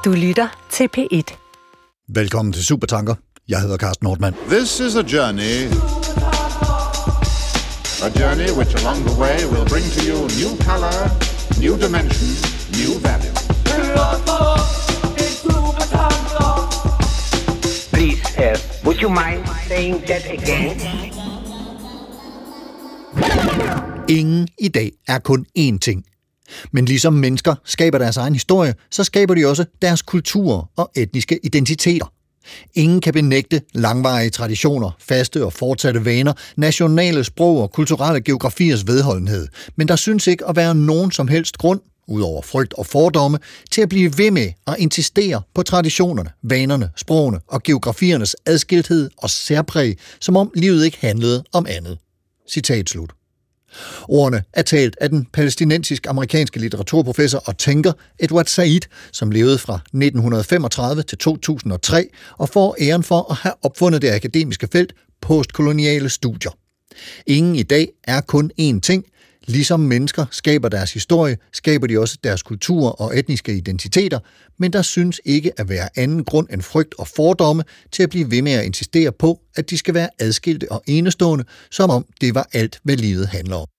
Du lytter til P1. Velkommen til Supertanker. Jeg hedder Carsten Nordmann. This is a journey. A journey which along the way will bring to you new color, new dimension, new value. Please, would you mind saying that again? Ingen i dag er kun én ting. Men ligesom mennesker skaber deres egen historie, så skaber de også deres kulturer og etniske identiteter. Ingen kan benægte langvarige traditioner, faste og fortsatte vaner, nationale sprog og kulturelle geografiers vedholdenhed. Men der synes ikke at være nogen som helst grund, udover frygt og fordomme, til at blive ved med at insistere på traditionerne, vanerne, sprogene og geografiernes adskilthed og særpræg, som om livet ikke handlede om andet. Citat slut. Ordene er talt af den palæstinensisk-amerikanske litteraturprofessor og tænker Edward Said, som levede fra 1935 til 2003 og får æren for at have opfundet det akademiske felt postkoloniale studier. Ingen i dag er kun én ting. Ligesom mennesker skaber deres historie, skaber de også deres kultur og etniske identiteter, men der synes ikke at være anden grund end frygt og fordomme til at blive ved med at insistere på, at de skal være adskilte og enestående, som om det var alt, hvad livet handler om.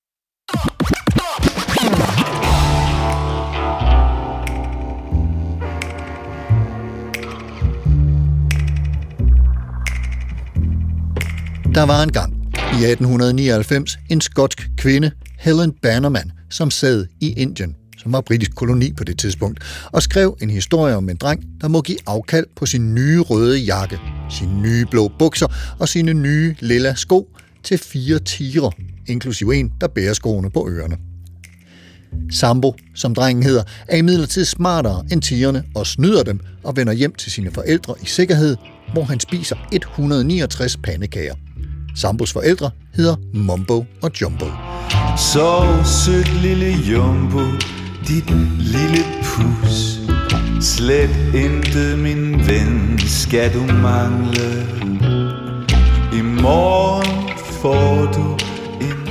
Der var engang i 1899 en skotsk kvinde, Helen Bannerman, som sad i Indien, som var britisk koloni på det tidspunkt, og skrev en historie om en dreng, der må give afkald på sin nye røde jakke, sine nye blå bukser og sine nye lilla sko til 4 tigre, inklusiv en, der bærer skoene på ørerne. Sambo, som drengen hedder, er imidlertid smartere end tigrene og snyder dem og vender hjem til sine forældre i sikkerhed, hvor han spiser 169 pandekager. Sambos forældre hedder Mumbo og Jumbo. Så sødt lille Jumbo, dit lille pus. Slet intet, min ven, skal du mangle. I morgen får du en...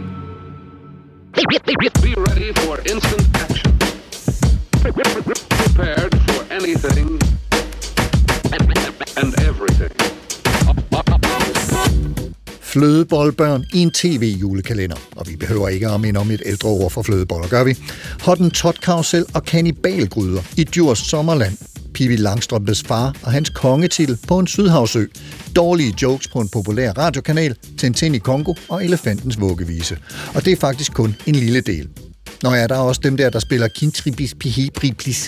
Be ready for instant action. Prepared for anything and everything. Flødebollbørn i en tv-julekalender. Og vi behøver ikke at minde om et ældre ord for flødeboller, gør vi? Hottentot-karusel og kannibalgryder i Djurs Sommerland. Pippi Langstrømpes far og hans kongetitel på en sydhavsø. Dårlige jokes på en populær radiokanal, Tintin i Congo og Elefantens vuggevise. Og det er faktisk kun en lille del. Nå ja, der er også dem der spiller Kintribis Pihibris.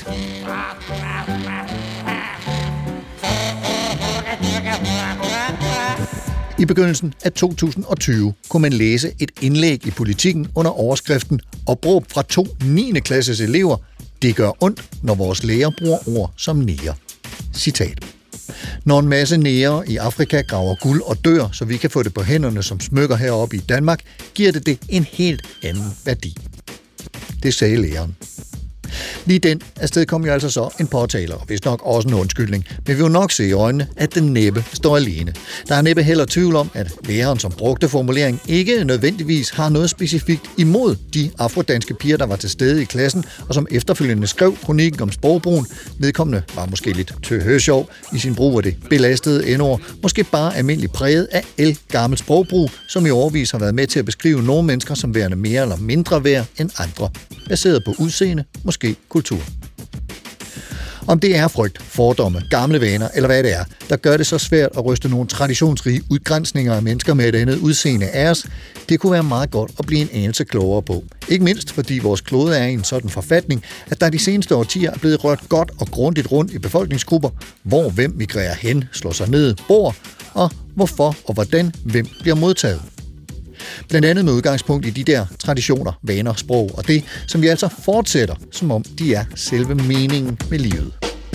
I begyndelsen af 2020 kunne man læse et indlæg i Politiken under overskriften Opråb fra 2. 9. klasses elever. Det gør ondt, når vores lærer bruger ord som nære. Citat. Når en masse nære i Afrika graver guld og dør, så vi kan få det på hænderne som smykker heroppe i Danmark, giver det en helt anden værdi. Det sagde læreren. Lige den afsted kom jo altså så en påtaler, og vist nok også en undskyldning, men vi vil nok se i øjnene, at den næppe står alene. Der er næppe heller tvivl om, at læreren, som brugte formulering, ikke nødvendigvis har noget specifikt imod de afrodanske piger, der var til stede i klassen, og som efterfølgende skrev kronikken om sprogbrugen. Vedkommende var måske lidt tøhøsjov i sin brug af det belastede endord, måske bare almindeligt præget af ældgammel sprogbrug, som i årevis har været med til at beskrive nogle mennesker som værende mere eller mindre værd end andre, baseret på udseende, måske kultur. Om det er frygt, fordomme, gamle vaner eller hvad det er, der gør det så svært at ryste nogle traditionsrige udgrænsninger af mennesker med et andet udseende af os, det kunne være meget godt at blive en anelse klogere på. Ikke mindst fordi vores klode er i en sådan forfatning, at der de seneste årtier er blevet rørt godt og grundigt rundt i befolkningsgrupper, hvor hvem migrerer hen, slår sig ned, bor, og hvorfor og hvordan hvem bliver modtaget. Blandt andet med udgangspunkt i de der traditioner, vaner, sprog og det, som vi altså fortsætter, som om de er selve meningen med livet.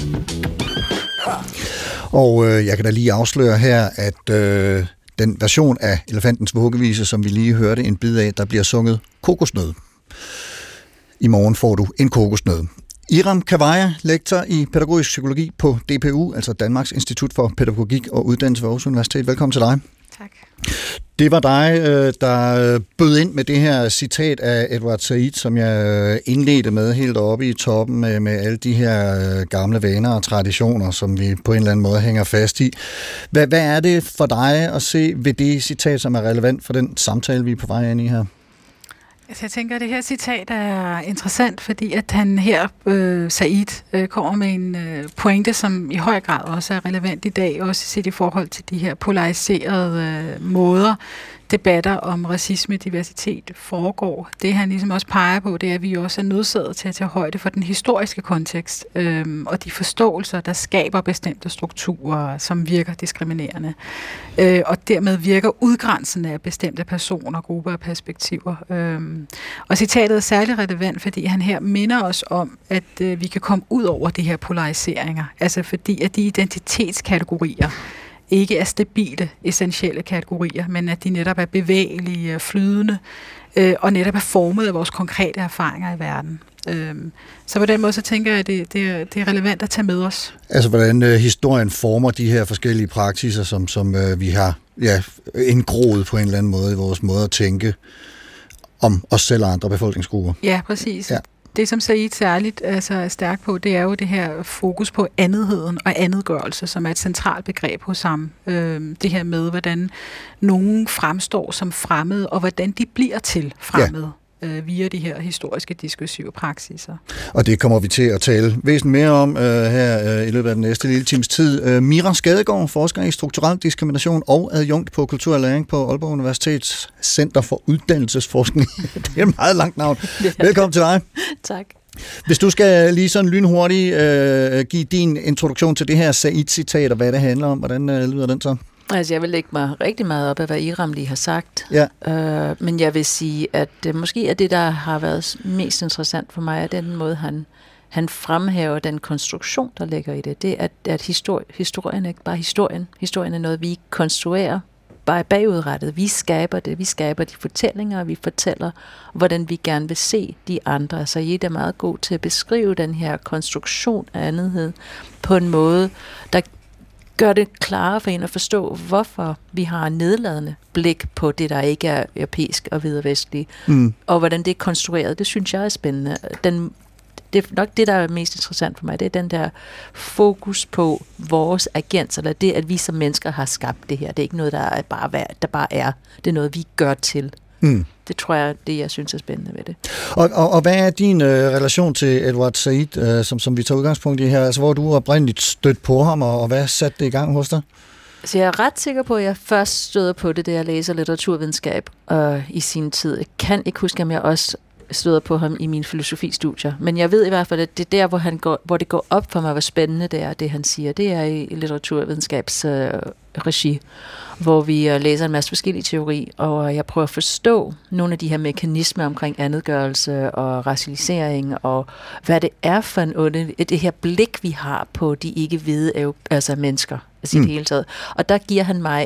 Og jeg kan da lige afsløre her, at den version af Elefantens vuggevise, som vi lige hørte en bid af, der bliver sunget kokosnød. I morgen får du en kokosnød. Iram Kavaya, lektor i pædagogisk psykologi på DPU, altså Danmarks Institut for Pædagogik og Uddannelse ved Aarhus Universitet. Velkommen til dig. Tak. Det var dig, der bød ind med det her citat af Edward Said, som jeg indledte med helt oppe i toppen med alle de her gamle vaner og traditioner, som vi på en eller anden måde hænger fast i. Hvad er det for dig at se ved det citat, som er relevant for den samtale, vi er på vej ind i her? Jeg tænker, at det her citat er interessant, fordi at han her, Said, kommer med en pointe, som i høj grad også er relevant i dag, også set i forhold til de her polariserede måder, debatter om racisme og diversitet foregår. Det han ligesom også peger på, det er, at vi også er nødsaget til at tage højde for den historiske kontekst og de forståelser, der skaber bestemte strukturer, som virker diskriminerende. Og dermed virker udgrænsende af bestemte personer, grupper og perspektiver. Og citatet er særlig relevant, fordi han her minder os om, at vi kan komme ud over de her polariseringer. Altså fordi at de identitetskategorier ikke er stabile, essentielle kategorier, men at de netop er bevægelige, flydende, og netop er formet af vores konkrete erfaringer i verden. Så på den måde, så tænker jeg, at det er relevant at tage med os. Altså, hvordan historien former de her forskellige praksiser, som vi har indgroet på en eller anden måde i vores måde at tænke om os selv og andre befolkningsgrupper. Ja, præcis. Ja. Det, som Said særligt er stærk på, det er jo det her fokus på andetheden og andetgørelse, som er et centralt begreb hos ham. Det her med, hvordan nogen fremstår som fremmede, og hvordan de bliver til fremmede. Via de her historiske diskursive praksiser. Og det kommer vi til at tale væsentligt mere om her i løbet af den næste lille times tid. Mira Skadegaard, forsker i strukturel diskrimination og adjunkt på Kultur og Læring på Aalborg Universitets Center for Uddannelsesforskning. Det er et meget langt navn. Velkommen til dig. Tak. Hvis du skal lige sådan lynhurtigt give din introduktion til det her Said-citat, og hvad det handler om, hvordan lyder den så? Altså, jeg vil lægge mig rigtig meget op af, hvad Iram lige har sagt. Ja. Men jeg vil sige, at måske er det, der har været mest interessant for mig, er den måde, han fremhæver den konstruktion, der ligger i det. Det er, at historien er ikke bare historien. Historien er noget, vi konstruerer, bare bagudrettet. Vi skaber det. Vi skaber de fortællinger, og vi fortæller, hvordan vi gerne vil se de andre. Så I er meget god til at beskrive den her konstruktion af andethed på en måde, der gør det klarere for en at forstå, hvorfor vi har en nedladende blik på det, der ikke er europæisk og viderevestlig, og hvordan det er konstrueret. Det synes jeg er spændende. Det er nok det, der er mest interessant for mig, det er den der fokus på vores agens, eller det, at vi som mennesker har skabt det her. Det er ikke noget, der bare er. Det er noget, vi gør til. Det tror jeg, det jeg synes er spændende ved det. Og hvad er din relation til Edward Said, som vi tager udgangspunkt i her? Altså, hvor du oprindeligt stødt på ham, og hvad satte det i gang hos dig? Så jeg er ret sikker på, at jeg først støder på det, da jeg læser litteraturvidenskab i sin tid. Jeg kan ikke huske, om jeg også støder på ham i mine filosofistudier. Men jeg ved i hvert fald, at det er der, hvor det går op for mig, hvor spændende det er, det han siger. Det er i litteraturvidenskabsregi, hvor vi læser en masse forskellige teori, og jeg prøver at forstå nogle af de her mekanismer omkring andetgørelse og racialisering, og hvad det er for det her blik, vi har på de ikke-hvide mennesker i det hele taget. Og der giver han mig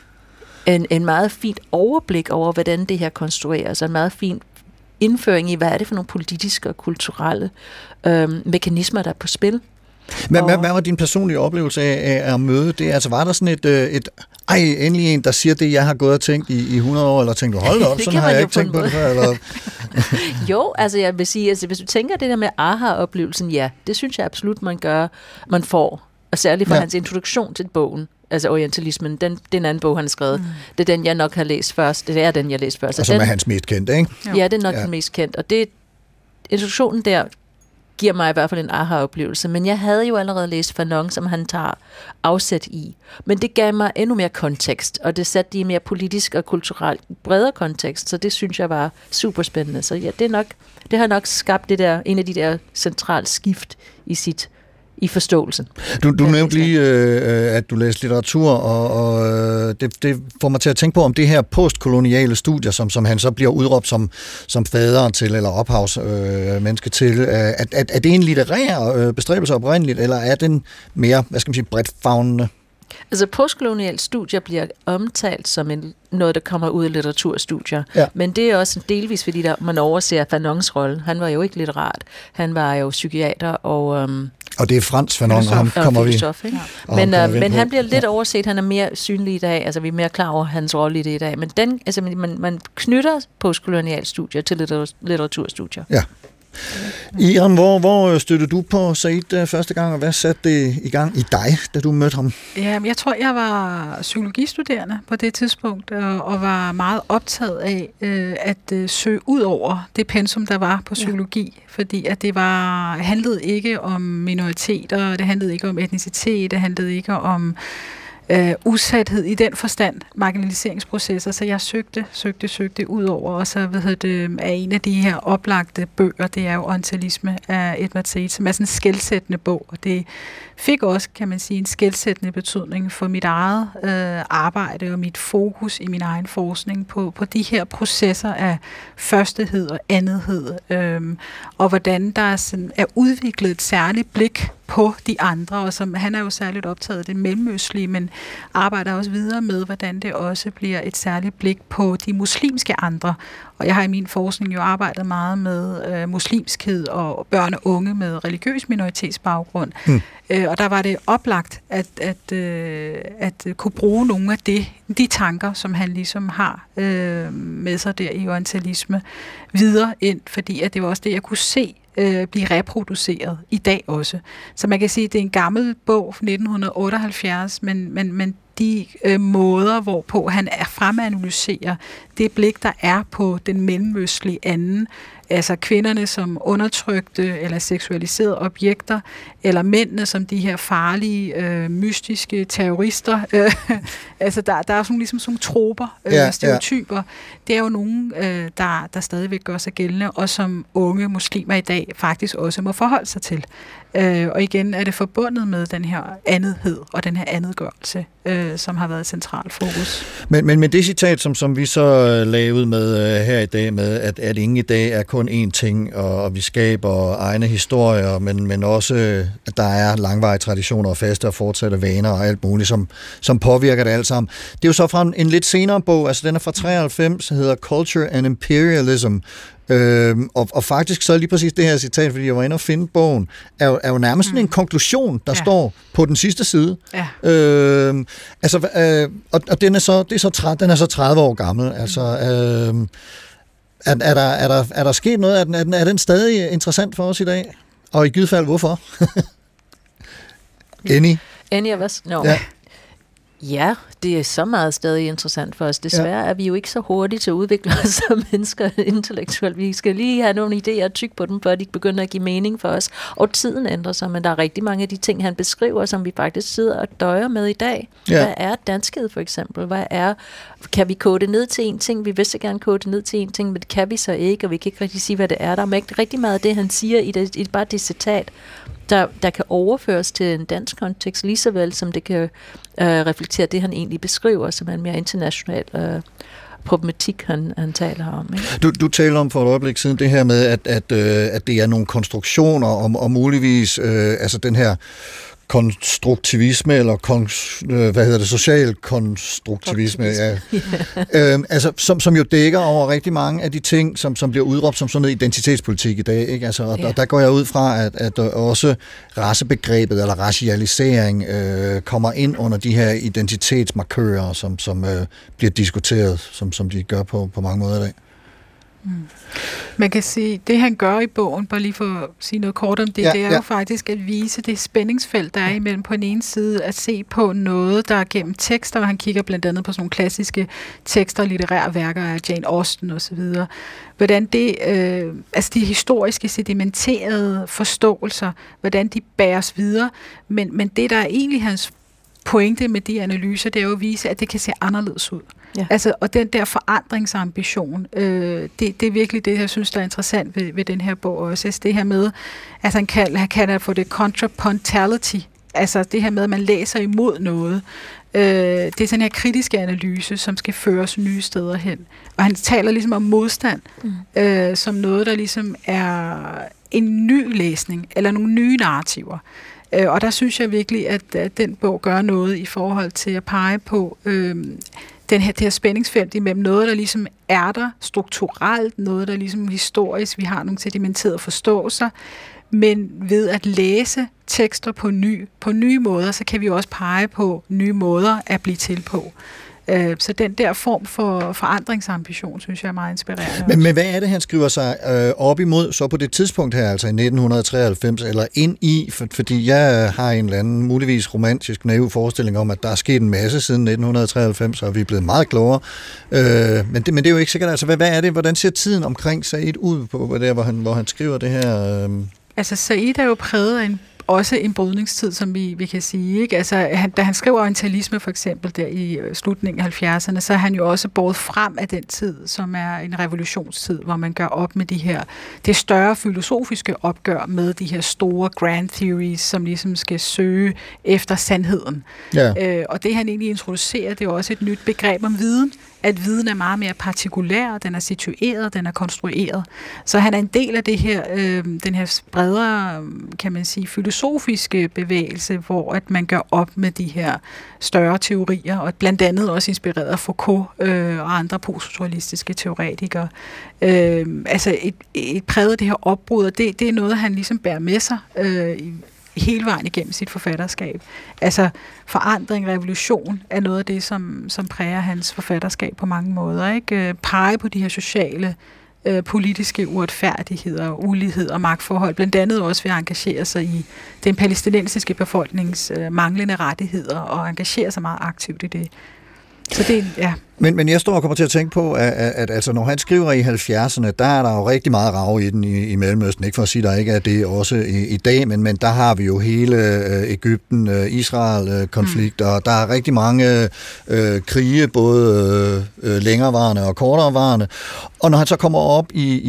en meget fint overblik over, hvordan det her konstrueres, og en meget fint indføring i, hvad er det for nogle politiske og kulturelle mekanismer, der er på spil. Hvad var din personlige oplevelse af at møde det? Altså var der sådan endelig en, der siger det, jeg har gået og tænkt i 100 år, eller tænkt, hold op, sådan har jeg ikke tænkt på det før? Eller? Jo, altså jeg vil sige, altså, hvis du tænker det der med aha-oplevelsen, ja, det synes jeg absolut, man får. Og særligt for hans introduktion til bogen. Altså orientalismen, den anden bog, han har skrevet, det er den, jeg nok har læst først. Det er den, jeg læste først. Og som er hans mest kendte, ikke? Ja, det er nok den mest kendte. Og introduktionen der giver mig i hvert fald en aha-oplevelse. Men jeg havde jo allerede læst Fanon, som han tager afsæt i. Men det gav mig endnu mere kontekst, og det satte de i mere politisk og kulturelt bredere kontekst, så det synes jeg var super spændende. Så ja, det har nok skabt en af de der centrale skift i forståelsen. Du nævnte lige, at du læste litteratur, og det får mig til at tænke på, om det her postkoloniale studier, som han så bliver udråbt som fader til, eller ophavsmenneske til, er det en litterær bestræbelse oprindeligt, eller er den mere, bredt favnende? Altså postkoloniale studier bliver omtalt som noget, der kommer ud af litteraturstudier. Ja. Men det er også delvis, fordi man overser Fanons rolle. Han var jo ikke litterat. Han var jo psykiater og Og det er Frantz Fanon, og ham kommer vi... Men han bliver lidt overset, han er mere synlig i dag, altså vi er mere klar over hans rolle i det i dag, men den, altså man knytter postkolonialstudier til litteraturstudier. Ja. Iram, hvor støttede du på Said første gang, og hvad satte det i gang i dig, da du mødte ham? Ja, jeg tror, jeg var psykologistuderende på det tidspunkt, og var meget optaget af at søge ud over det pensum, der var på psykologi, fordi at det handlede ikke om minoriteter, det handlede ikke om etnicitet, det handlede ikke om udsathed i den forstand, marginaliseringsprocesser, så jeg søgte ud over, og så er en af de her oplagte bøger, det er jo Orientalisme af Edward Said, som er sådan en skelsættende bog, og det fik også, kan man sige, en skelsættende betydning for mit eget arbejde og mit fokus i min egen forskning på de her processer af førsteghed og andethed, og hvordan der er udviklet et særligt blik på de andre, og som han er jo særligt optaget af det mellemøstlige, men arbejder også videre med, hvordan det også bliver et særligt blik på de muslimske andre. Og jeg har i min forskning jo arbejdet meget med muslimskhed og børn og unge med religiøs minoritetsbaggrund. Og der var det oplagt at kunne bruge nogle af de tanker, som han ligesom har med sig der i orientalisme, videre ind, fordi at det var også det, jeg kunne se blive reproduceret i dag også. Så man kan sige, at det er en gammel bog fra 1978, men de måder, hvorpå han fremanalyserer det blik, der er på den mellemøstlige anden, altså kvinderne som undertrykte eller seksualiserede objekter, eller mændene som de her farlige, mystiske terrorister. Altså der er sådan ligesom sådan troper, stereotyper. Det er jo nogen, der stadigvæk gør sig gældende, og som unge muslimer i dag faktisk også må forholde sig til. Og igen er det forbundet med den her andethed og den her andetgørelse, som har været et centralt fokus. Men det citat, som vi så lagde ud med her i dag, med at ingen i dag er kun én ting, og vi skaber egne historier, men også, at der er langvarige traditioner og faste og fortsatte vaner og alt muligt, som påvirker det alt sammen. Det er jo så fra en lidt senere bog, altså den er fra 93, hedder Culture and Imperialism, og faktisk så lige præcis det her citat, fordi jeg var inde og finde bogen, er jo nærmest en konklusion, der står på den sidste side. Ja. Og den er så 30 år gammel. Altså, er der sket noget? Er den stadig interessant for os i dag? Og i givet fald, hvorfor? Annie of us? No. Ja. Ja, det er så meget stadig interessant for os. Desværre er vi jo ikke så hurtige til at udvikle os som mennesker intellektuelt. Vi skal lige have nogle idéer og tykke på dem, før de begynder at give mening for os. Og tiden ændrer sig, men der er rigtig mange af de ting, han beskriver, som vi faktisk sidder og døjer med i dag. Ja. Hvad er danskhed for eksempel? Kan vi kode det ned til en ting? Vi vil så gerne kode det ned til en ting, men det kan vi så ikke, og vi kan ikke rigtig sige, hvad det er. Der er rigtig meget af det, han siger i bare det citat, der kan overføres til en dansk kontekst, lige så vel som det kan reflektere det, han egentlig beskriver, som en mere international problematik, han taler om. Ikke? Du taler om for et øjeblik siden det her med, at det er nogle konstruktioner, og muligvis altså den her konstruktivisme, eller social konstruktivisme, ja. Altså, som jo dækker over rigtig mange af de ting, som bliver udråbt som sådan noget identitetspolitik i dag, ikke? Altså, og der går jeg ud fra, at også racebegrebet, eller racialisering, kommer ind under de her identitetsmarkører, som bliver diskuteret, som de gør på mange måder i dag. Man kan sige, det han gør i bogen, bare lige for at sige noget kort om det, det er jo faktisk at vise det spændingsfelt, der er imellem på den ene side, at se på noget, der er gennem tekster, og han kigger blandt andet på sådan nogle klassiske tekster, litterære værker af Jane Austen osv., hvordan det, altså de historiske sedimenterede forståelser, hvordan de bæres videre, men det, der er egentlig hans pointe med de analyser, det er jo at vise, at det kan se anderledes ud. Ja. Altså, og den der forandringsambition, det er virkelig det, jeg synes, der er interessant ved den her bog også. Det her med, altså han kalder det for det contrapuntality, altså det her med, at man læser imod noget. Det er sådan her kritiske analyse, som skal føres nye steder hen. Og han taler ligesom om modstand, som noget, der ligesom er en ny læsning, eller nogle nye narrativer. Og der synes jeg virkelig, at den bog gør noget i forhold til at pege på det her spændingsfelt imellem noget, der ligesom er der strukturelt, noget, der ligesom historisk, vi har nogle sedimenterede forståelser, men ved at læse tekster på nye måder, så kan vi også pege på nye måder at blive til på. Så den der form for forandringsambition, synes jeg er meget inspirerende. Men hvad er det, han skriver sig op imod så på det tidspunkt her, altså i 1993, eller ind i? Fordi jeg har en eller anden muligvis romantisk naiv forestilling om, at der er sket en masse siden 1993, og vi er blevet meget klogere. Men det er jo ikke sikkert. Altså, hvad er det? Hvordan ser tiden omkring Said ud på der, hvor han skriver det her? Altså, Said er jo præget af også en brydningstid, som vi kan sige. Ikke? Altså, da han skriver orientalisme for eksempel der i slutningen af 70'erne, så er han jo også båret frem af den tid, som er en revolutionstid, hvor man gør op med det større filosofiske opgør med de her store grand theories, som ligesom skal søge efter sandheden. Ja. Og det han egentlig introducerer, det er også et nyt begreb om viden, at viden er meget mere partikulær, den er situeret, den er konstrueret. Så han er en del af det her, den her bredere, kan man sige, filosofiske bevægelse, hvor at man gør op med de her større teorier, og blandt andet også inspireret af Foucault og andre poststrukturalistiske teoretikere. Altså et præget af det her opbrud, og det er noget, han ligesom bærer med sig hele vejen igennem sit forfatterskab. Altså forandring, revolution er noget af det, som præger hans forfatterskab på mange måder. Ikke? Pege på de her sociale, politiske uretfærdigheder, ulighed og magtforhold, blandt andet også ved at engagere sig i den palæstinensiske befolknings manglende rettigheder og engagere sig meget aktivt i det. Så det, ja. Men jeg står og kommer til at tænke på, at altså, når han skriver i 70'erne, der er der jo rigtig meget rav i den i Mellemøsten. Ikke for at sige, der ikke er det også i dag, men der har vi jo hele Egypten-Israel-konflikt, og der er rigtig mange krige, både længerevarende og korterevarende. Og når han så kommer op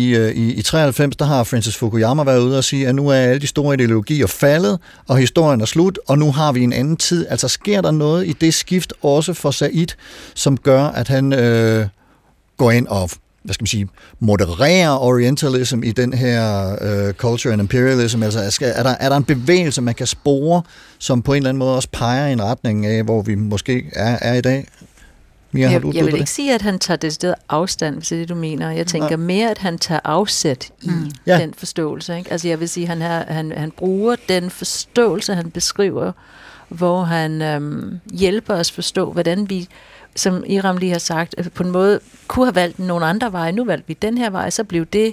i 93, der har Francis Fukuyama været ude og sige, at nu er alle de store ideologier faldet, og historien er slut, og nu har vi en anden tid. Altså sker der noget i det skift også for Said, som gør, at han går ind og, hvad skal man sige, modererer orientalism i den her culture and imperialism? Altså er der en bevægelse, man kan spore, som på en eller anden måde også peger i en retning af, hvor vi måske er i dag? Mia, jeg vil ikke sige, at han tager det sted afstand, hvis det er det, du mener. Jeg tænker mere, at han tager afsæt i den forståelse. Ikke? Altså jeg vil sige, at han bruger den forståelse, han beskriver, hvor han hjælper os forstå, hvordan vi, som Iram lige har sagt, på en måde kunne have valgt nogle andre veje. Nu valgte vi den her vej, så blev det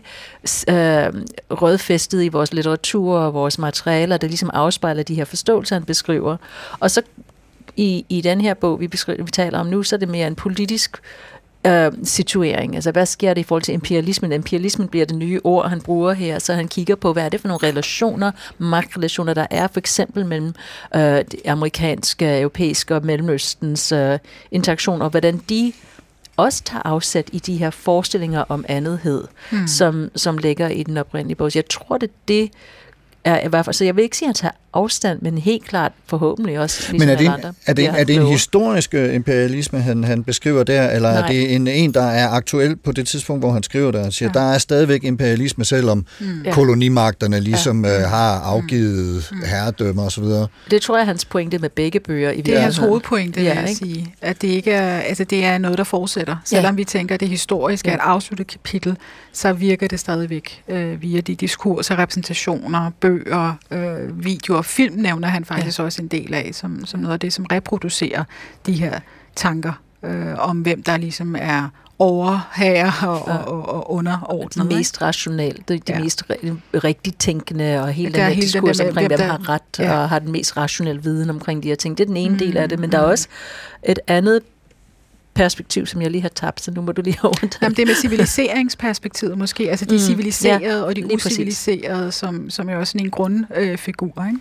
rødfæstet i vores litteratur og vores materialer, der ligesom afspejler de her forståelser, han beskriver. Og så i den her bog, vi taler om nu, så er det mere en politisk situering. Altså, hvad sker det i forhold til imperialismen? Imperialismen bliver det nye ord, han bruger her, så han kigger på, hvad er det for nogle relationer, magtrelationer, der er for eksempel mellem de amerikanske, europæiske og Mellemøstens interaktioner, og hvordan de også tager afsæt i de her forestillinger om andethed, som ligger i den oprindelige bog. Så jeg tror, det er i hvert fald, så jeg vil ikke sige, at han tager afstand, men helt klart forhåbentlig også. Men er det en historisk imperialisme, han beskriver der, eller nej, er det en, der er aktuel på det tidspunkt, hvor han skriver der? Han siger, der er stadigvæk imperialisme, selvom kolonimagterne ligesom har afgivet herredømmer osv. Det tror jeg er hans pointe med begge bøger. Det er hans hovedpointe, vil jeg sige. At det ikke er, altså det er noget, der fortsætter. Selvom vi tænker, at det historiske er et afsluttet kapitel, så virker det stadigvæk via de diskurser, repræsentationer, bøger, videoer, film nævner han faktisk også en del af, som noget af det, som reproducerer de her tanker om, hvem der ligesom er overherre og underordnet. De mest rationelle, de mest rigtigt tænkende, og hele den her diskurs omkring, hvem har ret og har den mest rationelle viden omkring de her ting. Det er den ene del af det, men der er også et andet perspektiv, som jeg lige har tabt, så nu må du lige overtage. Jamen, det er med civiliseringsperspektivet måske, altså de civiliserede og de uciviliserede, som er også sådan en grundfigur, ikke?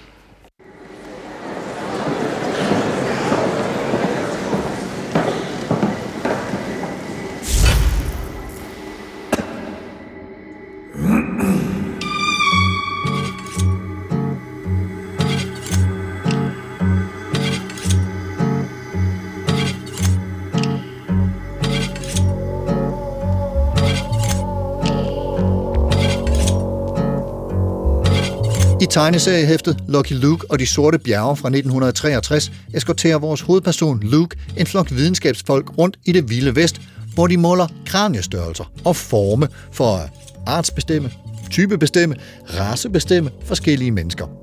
I tegneseriehæftet Lucky Luke og de sorte bjerge fra 1963 eskorterer vores hovedperson Luke en flok videnskabsfolk rundt i det vilde vest, hvor de måler kraniestørrelser og forme for at artsbestemme, typebestemme, racebestemme forskellige mennesker.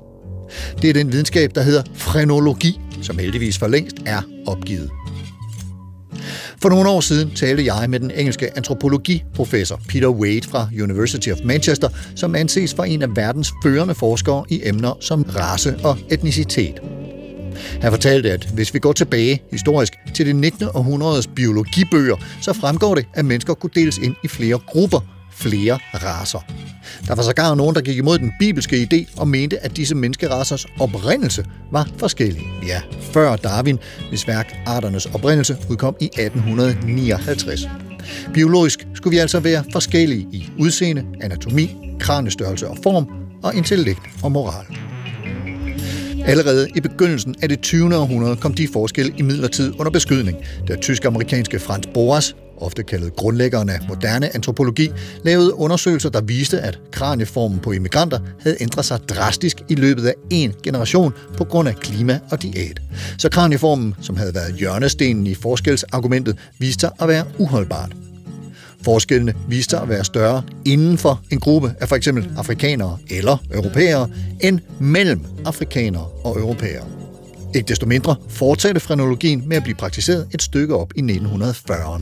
Det er den videnskab, der hedder frenologi, som heldigvis for længst er opgivet. For nogle år siden talte jeg med den engelske antropologiprofessor Peter Wade fra University of Manchester, som anses for en af verdens førende forskere i emner som race og etnicitet. Han fortalte, at hvis vi går tilbage historisk til det 19. århundredes biologibøger, så fremgår det, at mennesker kunne deles ind i flere grupper, flere racer. Der var sågar nogen, der gik imod den bibelske idé og mente, at disse menneskeracers oprindelse var forskellige. Ja, før Darwin, hvis værk Arternes oprindelse udkom i 1859. Biologisk skulle vi altså være forskellige i udseende, anatomi, kranestørrelse og form, og intellekt og moral. Allerede i begyndelsen af det 20. århundrede kom de forskelle imidlertid under beskydning, da tysk-amerikanske Franz Boas, ofte kaldet grundlæggeren af moderne antropologi, lavede undersøgelser, der viste, at kranieformen på immigranter havde ændret sig drastisk i løbet af en generation på grund af klima og diæt. Så kranieformen, som havde været hjørnestenen i forskelsargumentet, viste sig at være uholdbart. Forskellene viste sig at være større inden for en gruppe af f.eks. afrikanere eller europæere, end mellem afrikanere og europæere. Ikke desto mindre fortsatte frenologien med at blive praktiseret et stykke op i 1940'erne.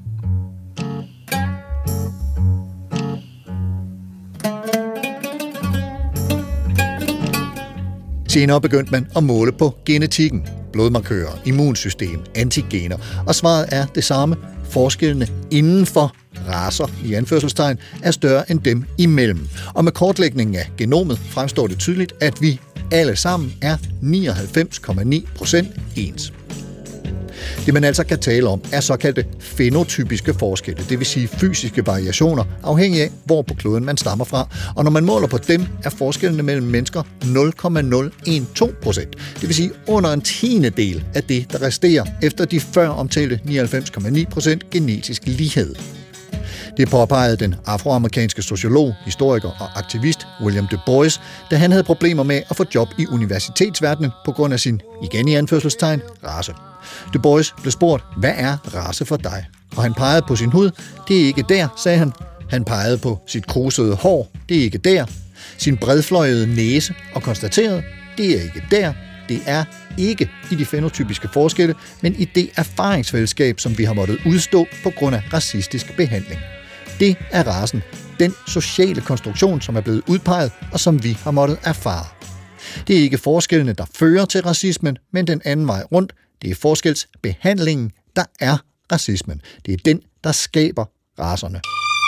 Senere begyndte man at måle på genetikken, blodmarkører, immunsystem, antigener, og svaret er det samme. Forskellene inden for racer, i anførselstegn, er større end dem imellem. Og med kortlægningen af genomet fremstår det tydeligt, at vi alle sammen er 99,9% ens. Det man altså kan tale om, er såkaldte fænotypiske forskelle, det vil sige fysiske variationer, afhængig af, hvor på kloden man stammer fra. Og når man måler på dem, er forskellene mellem mennesker 0,012%. Det vil sige under en tiendedel af det, der resterer efter de før omtalte 99,9% genetisk lighed. Det påpegede den afroamerikanske sociolog, historiker og aktivist William Du Bois, da han havde problemer med at få job i universitetsverdenen på grund af sin, igen i anførselstegn, race. Du Bois blev spurgt, hvad er race for dig? Og han pegede på sin hud. Det er ikke der, sagde han. Han pegede på sit krusede hår. Det er ikke der. Sin bredfløjede næse og konstaterede, det er ikke der. Det er ikke i de fænotypiske forskelle, men i det erfaringsfællesskab, som vi har måttet udstå på grund af racistisk behandling. Det er racen, den sociale konstruktion, som er blevet udpeget og som vi har måttet erfare. Det er ikke forskellene, der fører til racismen, men den anden vej rundt. Det er forskelsbehandlingen, der er racismen. Det er den, der skaber racerne.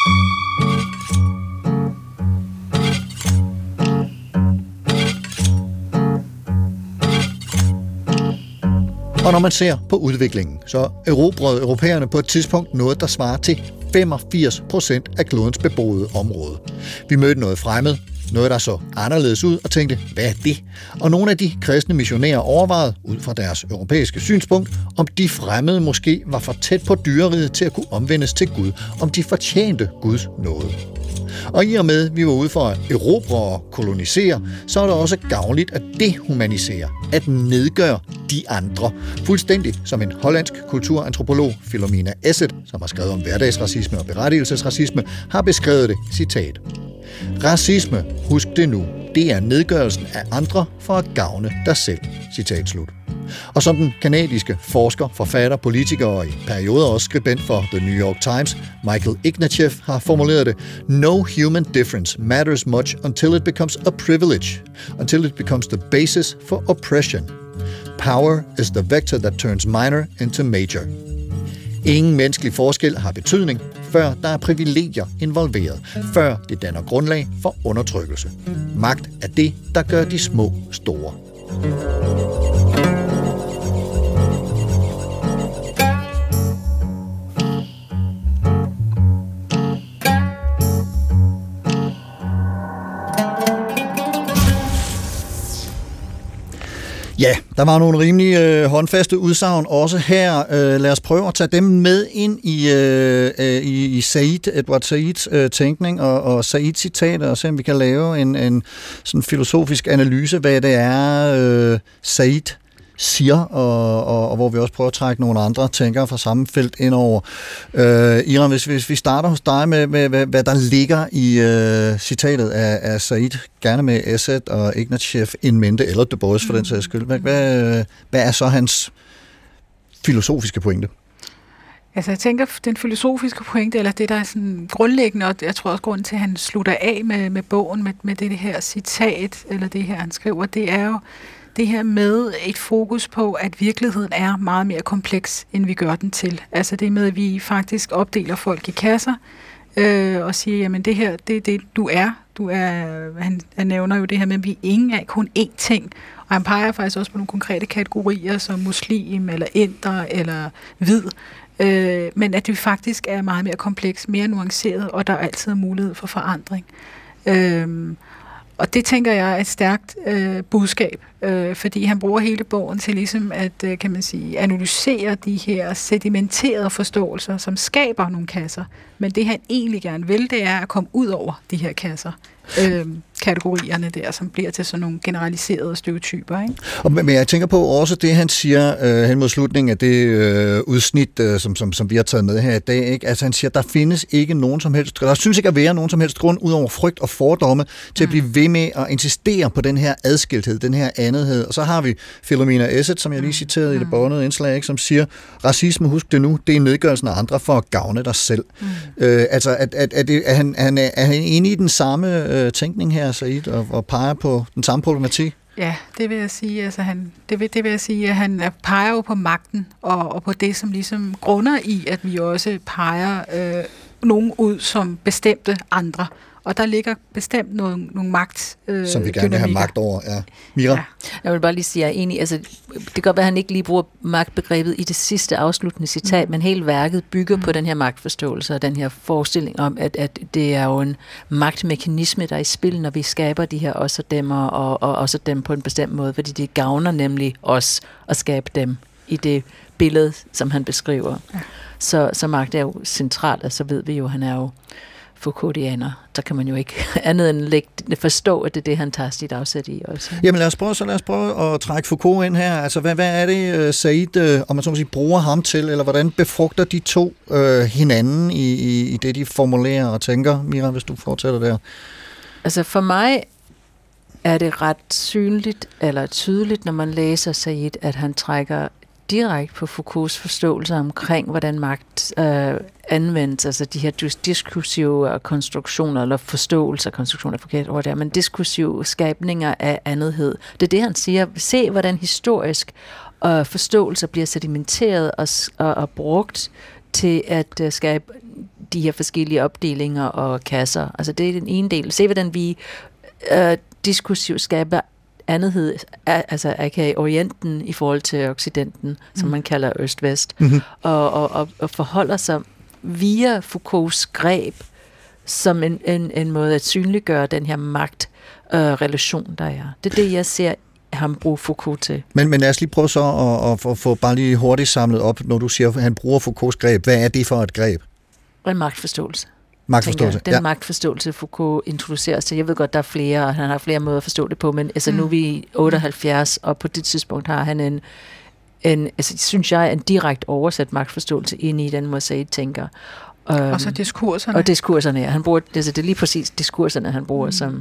Og når man ser på udviklingen, så erobrede europæerne på et tidspunkt noget, der svarer til 85% af klodens beboede område. Vi mødte noget fremmed, noget der så anderledes ud, og tænkte, hvad er det? Og nogle af de kristne missionærer overvejede, ud fra deres europæiske synspunkt, om de fremmede måske var for tæt på dyreriget til at kunne omvendes til Gud, om de fortjente Guds nåde. Og i og med, vi var ude for at erobre og kolonisere, så er det også gavnligt at dehumanisere, at nedgøre de andre. Fuldstændig som en hollandsk kulturantropolog, Philomena Esset, som har skrevet om hverdagsracisme og berettigelsesracisme, har beskrevet det, citat. Racisme, husk det nu, det er nedgørelsen af andre for at gavne dig selv, citat slut. Og som den kanadiske forsker, forfatter, politiker og i perioder også skribent for The New York Times, Michael Ignatieff, har formuleret det, no human difference matters much until it becomes a privilege, until it becomes the basis for oppression. Power is the vector that turns minor into major. Ingen menneskelig forskel har betydning, før der er privilegier involveret, før det danner grundlag for undertrykkelse. Magt er det, der gør de små store. Ja, der var nogle rimelig håndfaste udsagn også her. Lad os prøve at tage dem med ind i Said, Edward Saids tænkning og Saids citater, og se om vi kan lave en sådan filosofisk analyse, hvad det er, Said siger, og hvor vi også prøver at trække nogle andre tænkere fra samme felt ind over. Iram, hvis vi starter hos dig med hvad der ligger i citatet af Said, gerne med Esed og Ignatjev in mente, eller Du Bois for den sags skyld. Hvad er så hans filosofiske pointe? Altså jeg tænker, den filosofiske pointe, eller det der er sådan grundlæggende, og jeg tror også grunden til, at han slutter af med bogen, med det her citat, eller det her han skriver, det er jo det her med et fokus på, at virkeligheden er meget mere kompleks, end vi gør den til. Altså det med, at vi faktisk opdeler folk i kasser, og siger, jamen det her, det er det, du er. Han nævner jo det her med, at vi ingen er kun én ting. Og han peger faktisk også på nogle konkrete kategorier, som muslim, eller inder, eller hvid. Men at vi faktisk er meget mere kompleks, mere nuanceret, og der er altid mulighed for forandring. Og det tænker jeg er et stærkt budskab, fordi han bruger hele bogen til ligesom at, kan man sige, analysere de her sedimenterede forståelser, som skaber nogle kasser. Men det han egentlig gerne vil, det er at komme ud over de her kasser. Kategorierne der, som bliver til sådan nogle generaliserede stereotyper. Ikke? Men jeg tænker på også det, han siger hen mod slutningen af det udsnit, som vi har taget med her i dag. Ikke? Altså han siger, der findes ikke nogen som helst, der synes ikke at være nogen som helst grund, ud over frygt og fordomme, til at blive ved med at insistere på den her adskilthed, den her andethed. Og så har vi Philomena Esed, som jeg lige citerede i det båndede indslag, ikke? Som siger, racisme, husk det nu, det er nedgørelsen af andre for at gavne dig selv. Altså, er han enig i den samme tænkning her, Said, og peger på den samme problematik? Ja, det vil jeg sige. Altså det vil jeg sige, at han peger jo på magten, og på det, som ligesom grunder i, at vi også peger nogen ud som bestemte andre. Og der ligger bestemt nogle magt som vi gerne vil have magt over, ja. Mira? Ja. Jeg vil bare lige sige, at jeg er enig. Altså, det kan godt være, at han ikke lige bruger magtbegrebet i det sidste afsluttende citat, men hele værket bygger på den her magtforståelse og den her forestilling om, at det er jo en magtmekanisme, der er i spil, når vi skaber de her os og dem, og også dem på en bestemt måde, fordi det gavner nemlig os at skabe dem i det billede, som han beskriver. Ja. Så magt er jo centralt, og så ved vi jo, han er jo Foucaultianer. Der kan man jo ikke andet end forstå, at det er det, han tager sit afsæt i også. Jamen lad os prøve at trække Foucault ind her. Altså hvad er det, Said, om man så må sige, bruger ham til, eller hvordan befrugter de to hinanden i det, de formulerer og tænker? Mira, hvis du fortsætter der. Altså for mig er det ret synligt, eller tydeligt, når man læser Said, at han trækker direkte på Foucaults forståelse omkring, hvordan magt anvendes, altså de her diskursive konstruktioner, eller forståelser, konstruktioner forkert ord der, men diskursive skabninger af andethed. Det er det, han siger. Se, hvordan historisk forståelser bliver sedimenteret og brugt til at skabe de her forskellige opdelinger og kasser. Altså det er den ene del. Se, hvordan vi diskursivt skaber andethed, altså aka Orienten i forhold til Occidenten, som man kalder Øst-Vest, og forholder sig via Foucaults greb som en måde at synliggøre den her magtrelation, der er. Det er det, jeg ser ham bruge Foucault til. Men lad os lige prøve så at få bare lige hurtigt samlet op, når du siger, at han bruger Foucaults greb. Hvad er det for et greb? En magtforståelse. Magtforståelse. Den magtforståelse, Foucault introducerer sig. Jeg ved godt, der er flere, og han har flere måder at forstå det på, men altså, nu er vi i 78, og på det tidspunkt har han altså, synes jeg, en direkte oversat magtforståelse ind i den måde, Said tænker. Og så diskurserne. Og diskurserne, ja. Han bruger, det er lige præcis diskurserne, han bruger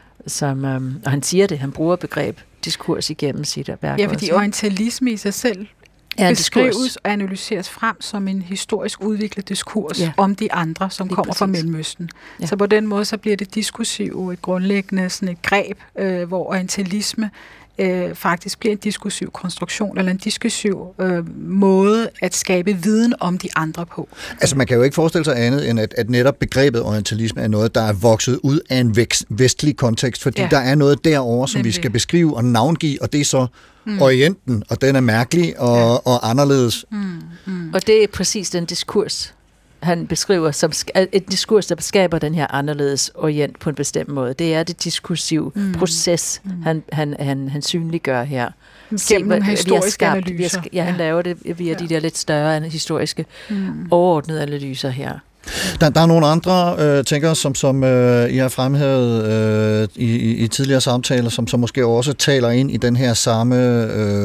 og han siger det, han bruger begreb diskurs igennem sit værk. Ja, fordi orientalisme i sig selv beskrives og analyseres frem som en historisk udviklet diskurs om de andre, som kommer fra Mellemøsten. Ja. Så på den måde så bliver det diskursivt et grundlæggende sådan et greb, hvor orientalisme faktisk bliver en diskursiv konstruktion, eller en diskursiv måde at skabe viden om de andre på. Altså man kan jo ikke forestille sig andet, end at netop begrebet orientalisme er noget, der er vokset ud af en vestlig kontekst, fordi der er noget derovre, som vi skal beskrive og navngive, og det er så Orienten, og den er mærkelig og anderledes. Og det er præcis den diskurs, han beskriver som et diskurs, der skaber den her anderledes orient på en bestemt måde. Det er det diskursive proces, han synliggør her. Gennem nogle historiske analyser. Han laver det via de der lidt større historiske overordnede analyser her. Der er nogle andre tænkere, som I har fremhævet i tidligere samtaler, som måske også taler ind i den her samme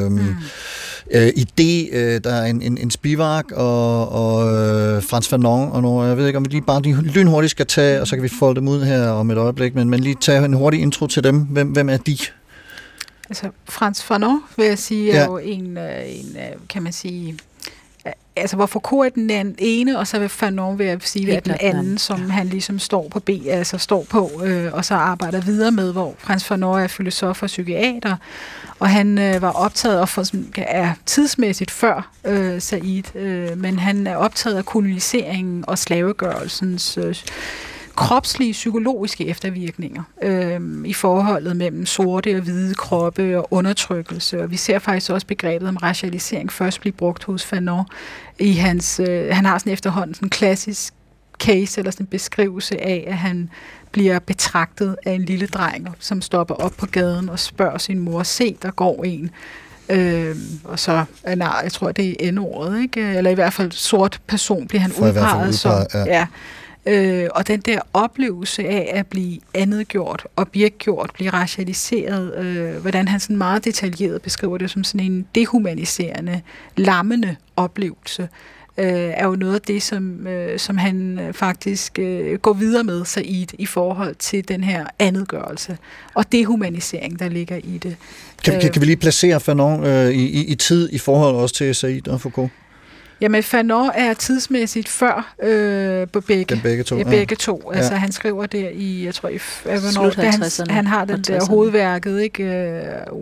idé. Der er en Spivak og Frantz Fanon, og nogle, jeg ved ikke, om vi lige bare lynhurtigt skal tage, og så kan vi folde dem ud her om et øjeblik, men lige tage en hurtig intro til dem. Hvem er de? Altså, Frantz Fanon, vil jeg sige, er jo en, kan man sige... Altså, hvor Foucault er den ene, og så vil Fanon, vil jeg sige, det er den anden, som han ligesom står på, og så arbejder videre med, hvor Frantz Fanon er filosof og psykiater, og han var optaget og er tidsmæssigt før Said, men han er optaget af koloniseringen og slavegørelsens kropslige, psykologiske eftervirkninger i forholdet mellem sorte og hvide kroppe og undertrykkelse. Og vi ser faktisk også begrebet om racialisering først blive brugt hos Fanon i hans... han har sådan efterhånden sådan en klassisk case, eller sådan en beskrivelse af, at han bliver betragtet af en lille dreng, som stopper op på gaden og spørger sin mor, se, der går en. Og så, jeg tror, det er N-ordet, ikke? Eller i hvert fald sort person bliver han udpeget som... Ja. Og den der oplevelse af at blive andetgjort, objektgjort, blive racialiseret, hvordan han sådan meget detaljeret beskriver det som sådan en dehumaniserende, lammende oplevelse, er jo noget af det, som han faktisk går videre med Said i forhold til den her andetgørelse og dehumanisering, der ligger i det. Kan vi lige placere Fanon i tid i forhold også til Said og Foucault? Jamen, Fanon er tidsmæssigt før på begge to. Begge to. Altså, han skriver der i, jeg tror, han har den der hovedværket, ikke?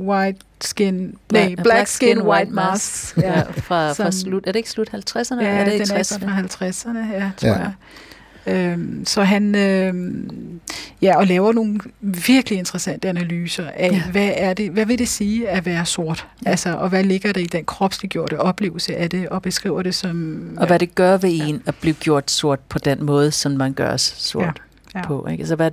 Black Skin, White Mask. Ja, fra slut, er det ikke slut 50'erne? Ja, er det den er fra 50'erne, ja, tror jeg. Så han og laver nogle virkelig interessante analyser af, hvad vil det sige at være sort? Altså, og hvad ligger der i den kropsliggjorte oplevelse af det, og beskriver det som... Og hvad det gør ved en at blive gjort sort på den måde, som man gør sort på. Ikke? Altså,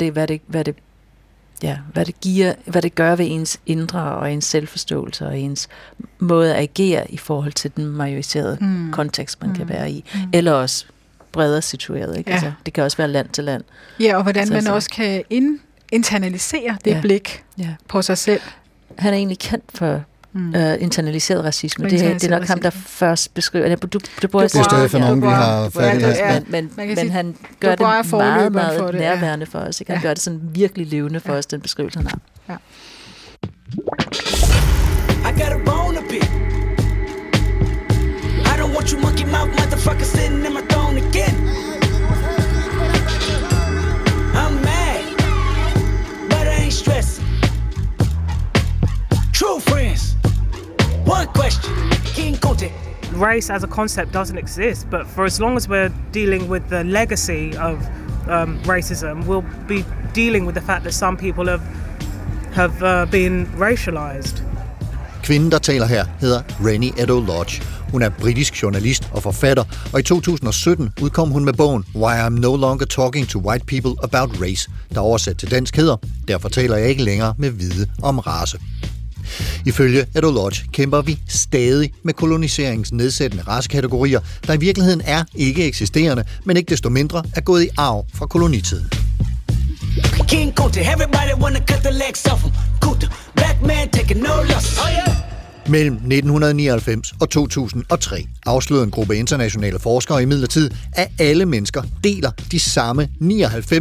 hvad det gør ved ens indre og ens selvforståelse og ens måde at agere i forhold til den majoriserede kontekst, man kan være i. Eller også bredere situeret, ikke? Ja. Altså, det kan også være land til land. Ja, og hvordan man også kan internalisere det blik på sig selv. Han er egentlig kendt for internaliseret racisme. Det er nok ham, der først beskriver det. Det er stadig for nogen, vi har fat i. Men han gør det meget, meget nærværende for os. Ikke? Han gør det sådan virkelig levende for os, den beskrivelse, han har. Ja. I got a bone to pick. I don't want you monkey mouth motherfucker sitting in my throne again. I'm mad, but I ain't stressing. True friends. One question. King Conte. Race as a concept doesn't exist, but for as long as we're dealing with the legacy of racism, we'll be dealing with the fact that some people have been racialized. Kvinden, der taler her, hedder Reni Eddo-Lodge. Hun er britisk journalist og forfatter, og i 2017 udkom hun med bogen Why I'm No Longer Talking to White People About Race, der oversat til dansk hedder Derfor taler jeg ikke længere med hvide om race. Ifølge Eddo-Lodge kæmper vi stadig med koloniseringens nedsættende racekategorier, der i virkeligheden er ikke eksisterende, men ikke desto mindre er gået i arv fra kolonitiden. King Kunta, everybody wanna cut the legs off him. Kunta, black man taking no loss. Mellem 1999 og 2003 afslørede en gruppe internationale forskere imidlertid, at alle mennesker deler de samme 99,999%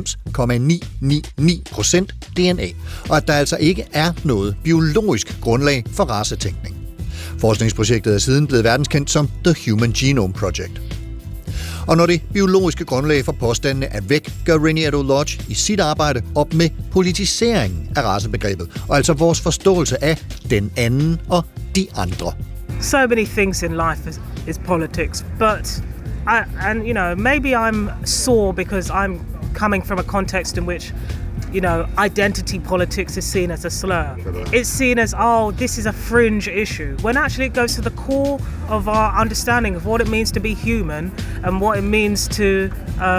DNA, og at der altså ikke er noget biologisk grundlag for racetænkning. Forskningsprojektet er siden blevet verdenskendt som The Human Genome Project. Og når det biologiske grundlag for påstandene er væk, gør Reni Eddo-Lodge i sit arbejde op med politiseringen af racebegrebet, og altså vores forståelse af den anden og de andre. So many things in life is politics, but maybe I'm sore because I'm coming from a context in which identity politics is seen as a slur. It's seen as, this is a fringe issue, when actually it goes to the core of our understanding of what it means to be human and what it means to,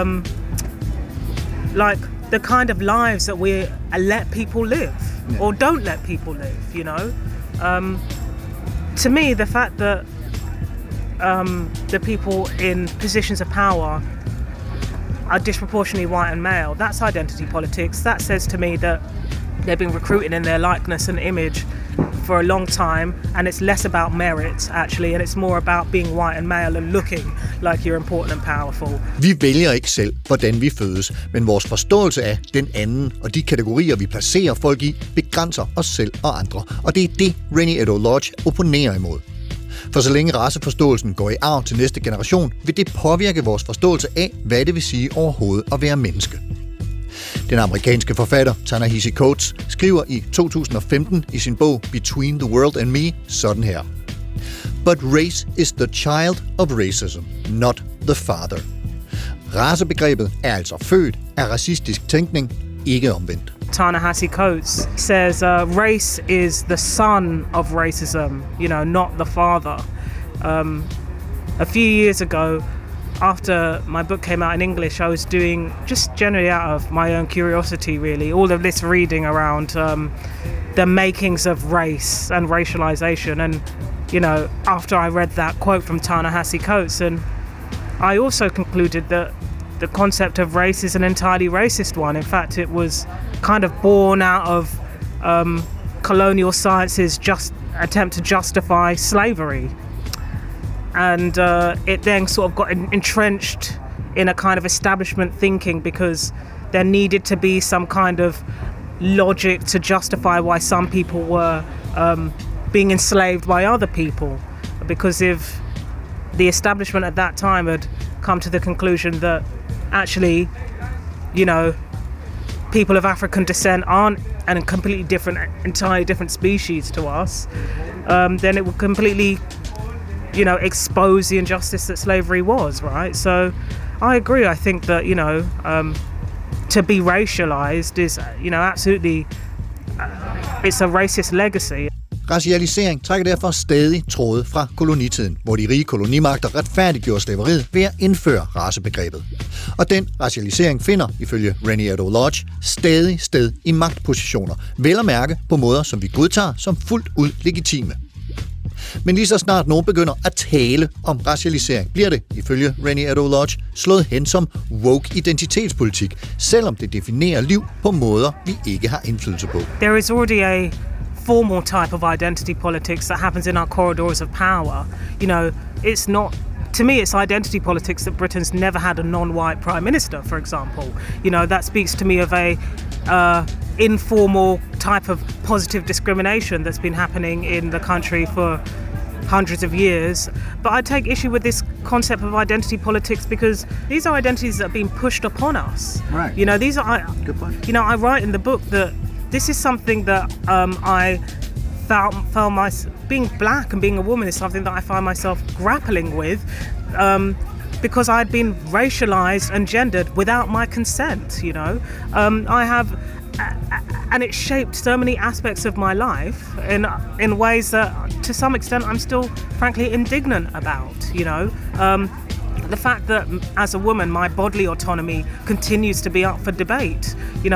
the kind of lives that we let people live or don't let people live, To me, the fact that the people in positions of power are disproportionately white and male. That's identity politics. That says to me that they've been recruited in their likeness and image for a long time, and it's less about merit, actually, and it's more about being white and male and looking like you're important and powerful. Vi vælger ikke selv, hvordan vi fødes, men vores forståelse af den anden og de kategorier, vi placerer folk i, begrænser os selv og andre. Og det er det, Reni Eddo-Lodge opponerer imod. For så længe raceforståelsen går i arv til næste generation, vil det påvirke vores forståelse af, hvad det vil sige overhovedet at være menneske. Den amerikanske forfatter Ta-Nehisi Coates skriver i 2015 i sin bog Between the World and Me sådan her: But race is the child of racism, not the father. Racebegrebet er altså født af racistisk tænkning, ikke omvendt. Ta-Nehisi Coates says race is the son of racism, not the father. A few years ago, after my book came out in English, I was doing, just generally out of my own curiosity really, all of this reading around the makings of race and racialization. And, after I read that quote from Ta-Nehisi Coates, and I also concluded that the concept of race is an entirely racist one. In fact, it was kind of born out of colonial science's attempt to justify slavery. And it then sort of got entrenched in a kind of establishment thinking because there needed to be some kind of logic to justify why some people were being enslaved by other people. Because if the establishment at that time had come to the conclusion that actually, people of African descent aren't a entirely different species to us, then it would completely expose the injustice that slavery was, right? So I agree. I think that, to be racialized is, absolutely, it's a racist legacy. Racialisering trækker derfor stadig tråde fra kolonitiden, hvor de rige kolonimagter retfærdiggjorde slaveriet ved at indføre racebegrebet. Og den racialisering finder, ifølge Reni Eddo-Lodge, stadig sted i magtpositioner, vel at mærke på måder, som vi godtager som fuldt ud legitime. Men lige så snart nogen begynder at tale om racialisering, bliver det, ifølge Reni Eddo-Lodge, slået hen som woke identitetspolitik, selvom det definerer liv på måder, vi ikke har indflydelse på. There is already a formal type of identity politics that happens in our corridors of power. It's not, to me, it's identity politics that Britain's never had a non-white prime minister, for example. That speaks to me of a informal type of positive discrimination that's been happening in the country for hundreds of years. But I take issue with this concept of identity politics because these are identities that are being pushed upon us. Right. These are, good point. I write in the book that this is something that I found being black and being a woman is something that I find myself grappling with because I'd been racialized and gendered without my consent, I have, and it shaped so many aspects of my life in ways that to some extent I'm still frankly indignant about, the fact that as a woman my bodily autonomy continues to be up for debate,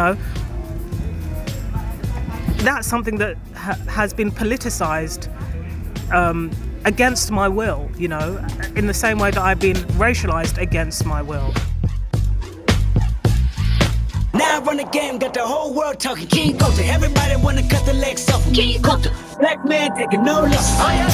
that's something that has been politicized against my will, in the same way that I've been racialized against my will. Now I run the game, got the whole world talking. King Coulter, everybody wanna cut the legs off. King Coulter, black man taking no loss. Oh yeah.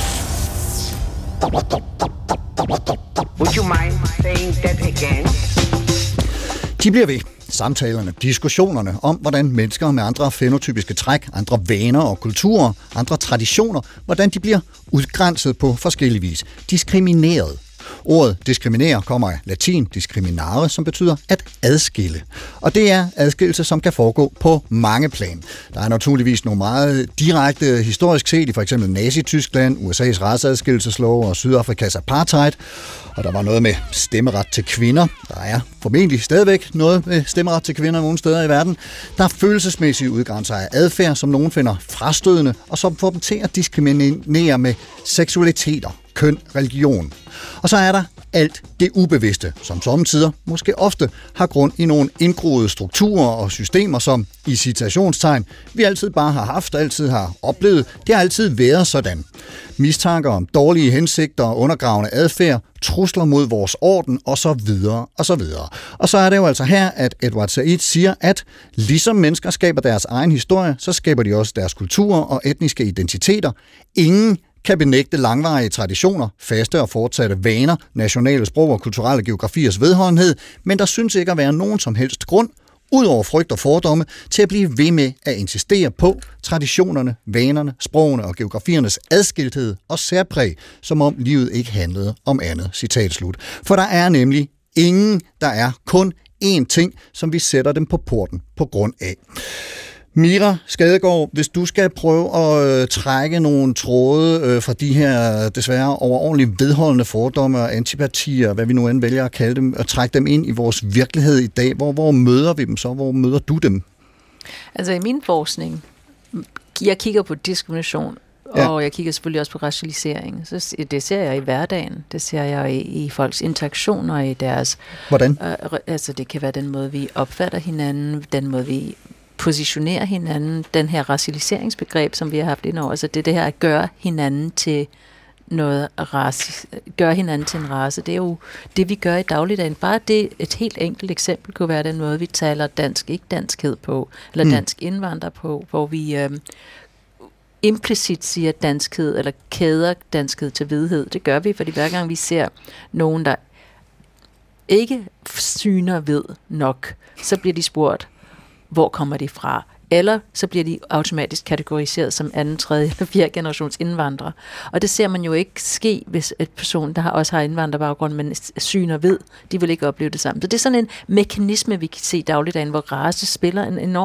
Would you mind saying that again? De bliver ved. Samtalerne, diskussionerne om, hvordan mennesker med andre fænotypiske træk, andre vaner og kulturer, andre traditioner, hvordan de bliver udgrænset på forskellig vis. Diskrimineret. Ordet diskriminere kommer af latin discriminare, som betyder at adskille. Og det er adskillelse, som kan foregå på mange plan. Der er naturligvis nogle meget direkte historisk set i for eksempel Nazi-Tyskland, USA's raceadskillelseslov og Sydafrikas apartheid. Og der var noget med stemmeret til kvinder. Der er formentlig stadigvæk noget med stemmeret til kvinder nogle steder i verden. Der er følelsesmæssige udgrænser af adfærd, som nogen finder frastødende, og som får dem til at diskriminere med seksualiteter, køn, religion. Og så er der alt det ubevidste, som sommetider, måske ofte, har grund i nogle indgroede strukturer og systemer, som i citationstegn, vi altid bare har haft, altid har oplevet. Det har altid været sådan. mistanker om dårlige hensigter og undergravende adfærd, trusler mod vores orden osv. osv. Og så er det jo altså her, at Edward Said siger, at ligesom mennesker skaber deres egen historie, så skaber de også deres kulturer og etniske identiteter. Ingen kan benægte langvarige traditioner, faste og fortsatte vaner, nationale sprog og kulturelle geografiers vedholdenhed, men der synes ikke at være nogen som helst grund, udover frygt og fordomme, til at blive ved med at insistere på traditionerne, vanerne, sprogene og geografiernes adskilthed og særpræg, som om livet ikke handlede om andet. Citat slut. For der er nemlig ingen, der er kun én ting, som vi sætter dem på porten på grund af. Mira Skadegaard, hvis du skal prøve at trække nogle tråde fra de her desværre overordentligt vedholdende fordomme og antipatier, hvad vi nu end vælger at kalde dem, og trække dem ind i vores virkelighed i dag, hvor møder vi dem så? Hvor møder du dem? Altså i min forskning, jeg kigger på diskrimination, og jeg kigger selvfølgelig også på racialisering. Så det ser jeg i hverdagen. Det ser jeg i folks interaktioner, i deres... Hvordan? Altså det kan være den måde, vi opfatter hinanden, den måde, vi positionere hinanden, den her racialiseringsbegreb, som vi har haft indover, altså det her at gøre hinanden til noget race, gøre hinanden til en race, det er jo det, vi gør i dagligdagen. Bare det, et helt enkelt eksempel kunne være den måde, vi taler dansk, ikke danskhed på, eller dansk indvandrer på, hvor vi implicit siger danskhed, eller kæder danskhed til hvidhed. Det gør vi, fordi hver gang vi ser nogen, der ikke syner ved nok, så bliver de spurgt, hvor kommer de fra? Eller så bliver de automatisk kategoriseret som anden, tredje eller fjerde generations indvandrere. Og det ser man jo ikke ske, hvis et person, der også har indvandrerbaggrund, men syner ved, de vil ikke opleve det samme. Så det er sådan en mekanisme, vi kan se i dagligdagen, hvor race spiller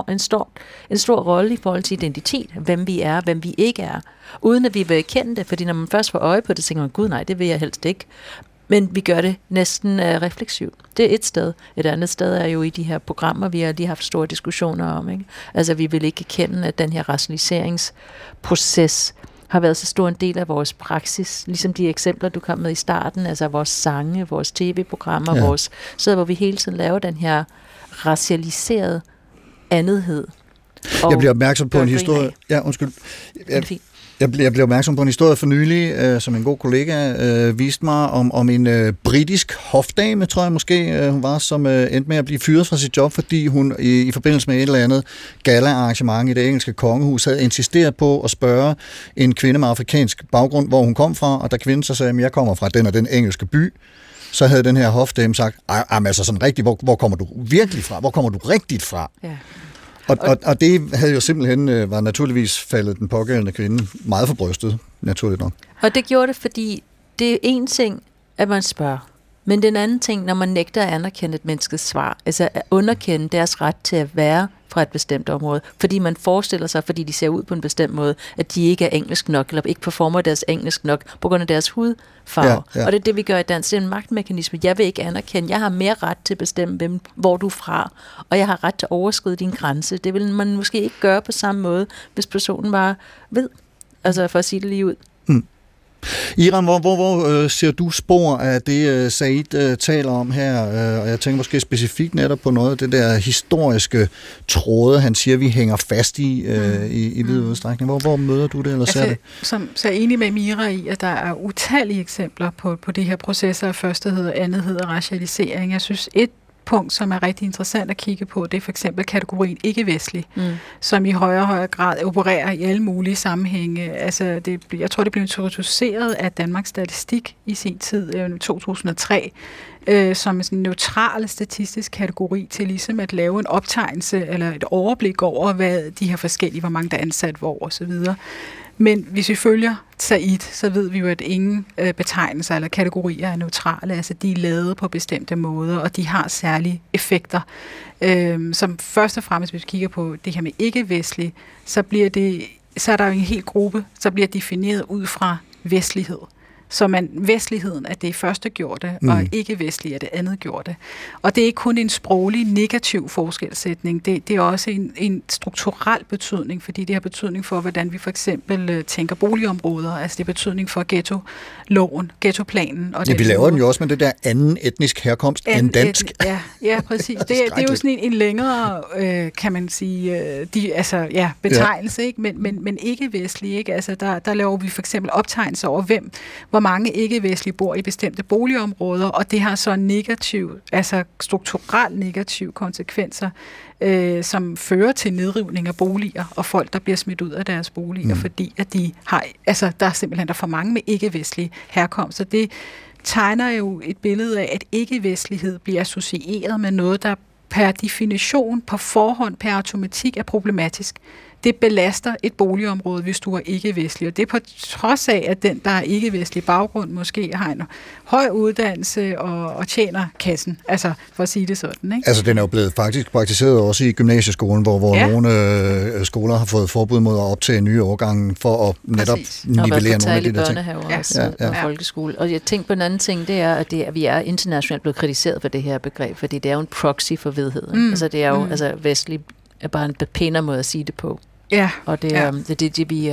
en stor rolle i forhold til identitet, hvem vi er, hvem vi ikke er, uden at vi vil kende det, fordi når man først får øje på det, tænker man, gud nej, det vil jeg helst ikke. Men vi gør det næsten refleksivt. Det er et sted. Et andet sted er jo i de her programmer, vi har lige haft store diskussioner om. Ikke? Altså, vi vil ikke kende, at den her racialiseringsproces har været så stor en del af vores praksis, ligesom de eksempler, du kom med i starten, altså vores sange, vores tv-programmer, vores steder, hvor vi hele tiden laver den her racialiserede andethed. Jeg bliver opmærksom på en historie. Ja, undskyld. Jeg blev opmærksom på en historie for nylig, som en god kollega viste mig, om en britisk hofdame, tror jeg måske, hun var, som endte med at blive fyret fra sit job, fordi hun i forbindelse med et eller andet gala-arrangement i det engelske kongehus havde insisteret på at spørge en kvinde med afrikansk baggrund, hvor hun kom fra, og da kvinden så sagde, at jeg kommer fra den og den engelske by, så havde den her hofdame sagt, altså sådan rigtigt, hvor kommer du virkelig fra? Hvor kommer du rigtigt fra? Ja. Og det havde jo simpelthen, var naturligvis faldet den pågældende kvinde meget for brystet, naturligt nok. Og det gjorde det, fordi det er en ting, at man spørger. Men den anden ting, når man nægter at anerkende et menneskets svar, altså at underkende deres ret til at være fra et bestemt område, fordi man forestiller sig, fordi de ser ud på en bestemt måde, at de ikke er engelsk nok, eller ikke performer deres engelsk nok, på grund af deres hudfarve. Ja. Og det er det, vi gør i dans. Det er en magtmekanisme. Jeg vil ikke anerkende. Jeg har mere ret til at bestemme, hvor du er fra, og jeg har ret til at overskride din grænse. Det vil man måske ikke gøre på samme måde, hvis personen bare ved, altså for at sige det lige ud. Iram, hvor ser du spor af det, Said taler om her? Og jeg tænker måske specifikt netop på noget af det der historiske tråde, han siger, vi hænger fast i vid udstrækning. Hvor møder du det, eller ser det? Så er enig med Mira i, at der er utallige eksempler på de her processer af førstighed og andethed og racialisering. Jeg synes, et punkt, som er rigtig interessant at kigge på, det er for eksempel kategorien ikke-vestlig, som i højere og højere grad opererer i alle mulige sammenhænge. Altså, jeg tror, det blev introduceret af Danmarks Statistik i sin tid, 2003, som en neutral statistisk kategori til ligesom at lave en optegnelse eller et overblik over, hvad de her forskellige, hvor mange der er ansat hvor og så videre. Men hvis vi følger Said, så ved vi jo, at ingen betegnelser eller kategorier er neutrale. Altså, de er lavet på bestemte måder, og de har særlige effekter. Som først og fremmest, hvis vi kigger på det her med ikke-vestlig, så er der jo en hel gruppe, så bliver defineret ud fra vestlighed. Så vestligheden er det første gjorde det, og ikke-vestlig er det andet gjorde det. Og det er ikke kun en sproglig negativ forskelsætning, det er også en strukturel betydning, fordi det har betydning for, hvordan vi for eksempel tænker boligområder, altså det har betydning for ghetto-loven, ghettoplanen. Og vi laver den jo også med det der anden etnisk herkomst end dansk. Ja, præcis. Det er jo sådan en længere, kan man sige, betegnelse, ikke? Men ikke-vestlig, ikke? Altså der laver vi for eksempel optegnelser over, hvor mange ikke-vestlige bor i bestemte boligområder, og det har så strukturelt negative konsekvenser, som fører til nedrivning af boliger, og folk, der bliver smidt ud af deres boliger, fordi at de har, der er simpelthen for mange med ikke-vestlige herkomst. Så det tegner jo et billede af, at ikke-vestlighed bliver associeret med noget, der per definition, på forhånd, per automatik er problematisk. Det belaster et boligområde, hvis du er ikke-vestlig. Og det er på trods af, at den, der er ikke-vestlig baggrund, måske har en høj uddannelse og tjener kassen. Altså, for at sige det sådan, ikke? Altså, den er jo blevet faktisk praktiseret også i gymnasieskolen, hvor nogle skoler har fået forbud mod at optage nye årgange for at netop nivellere nogle af de der ting. Også, og folkeskole. Og jeg tænker på en anden ting, det er, at vi er internationalt blevet kritiseret for det her begreb, fordi det er jo en proxy for vedheden. Altså, det er jo vestlig er bare en pænere måde at sige det på. Ja. Og det er det, vi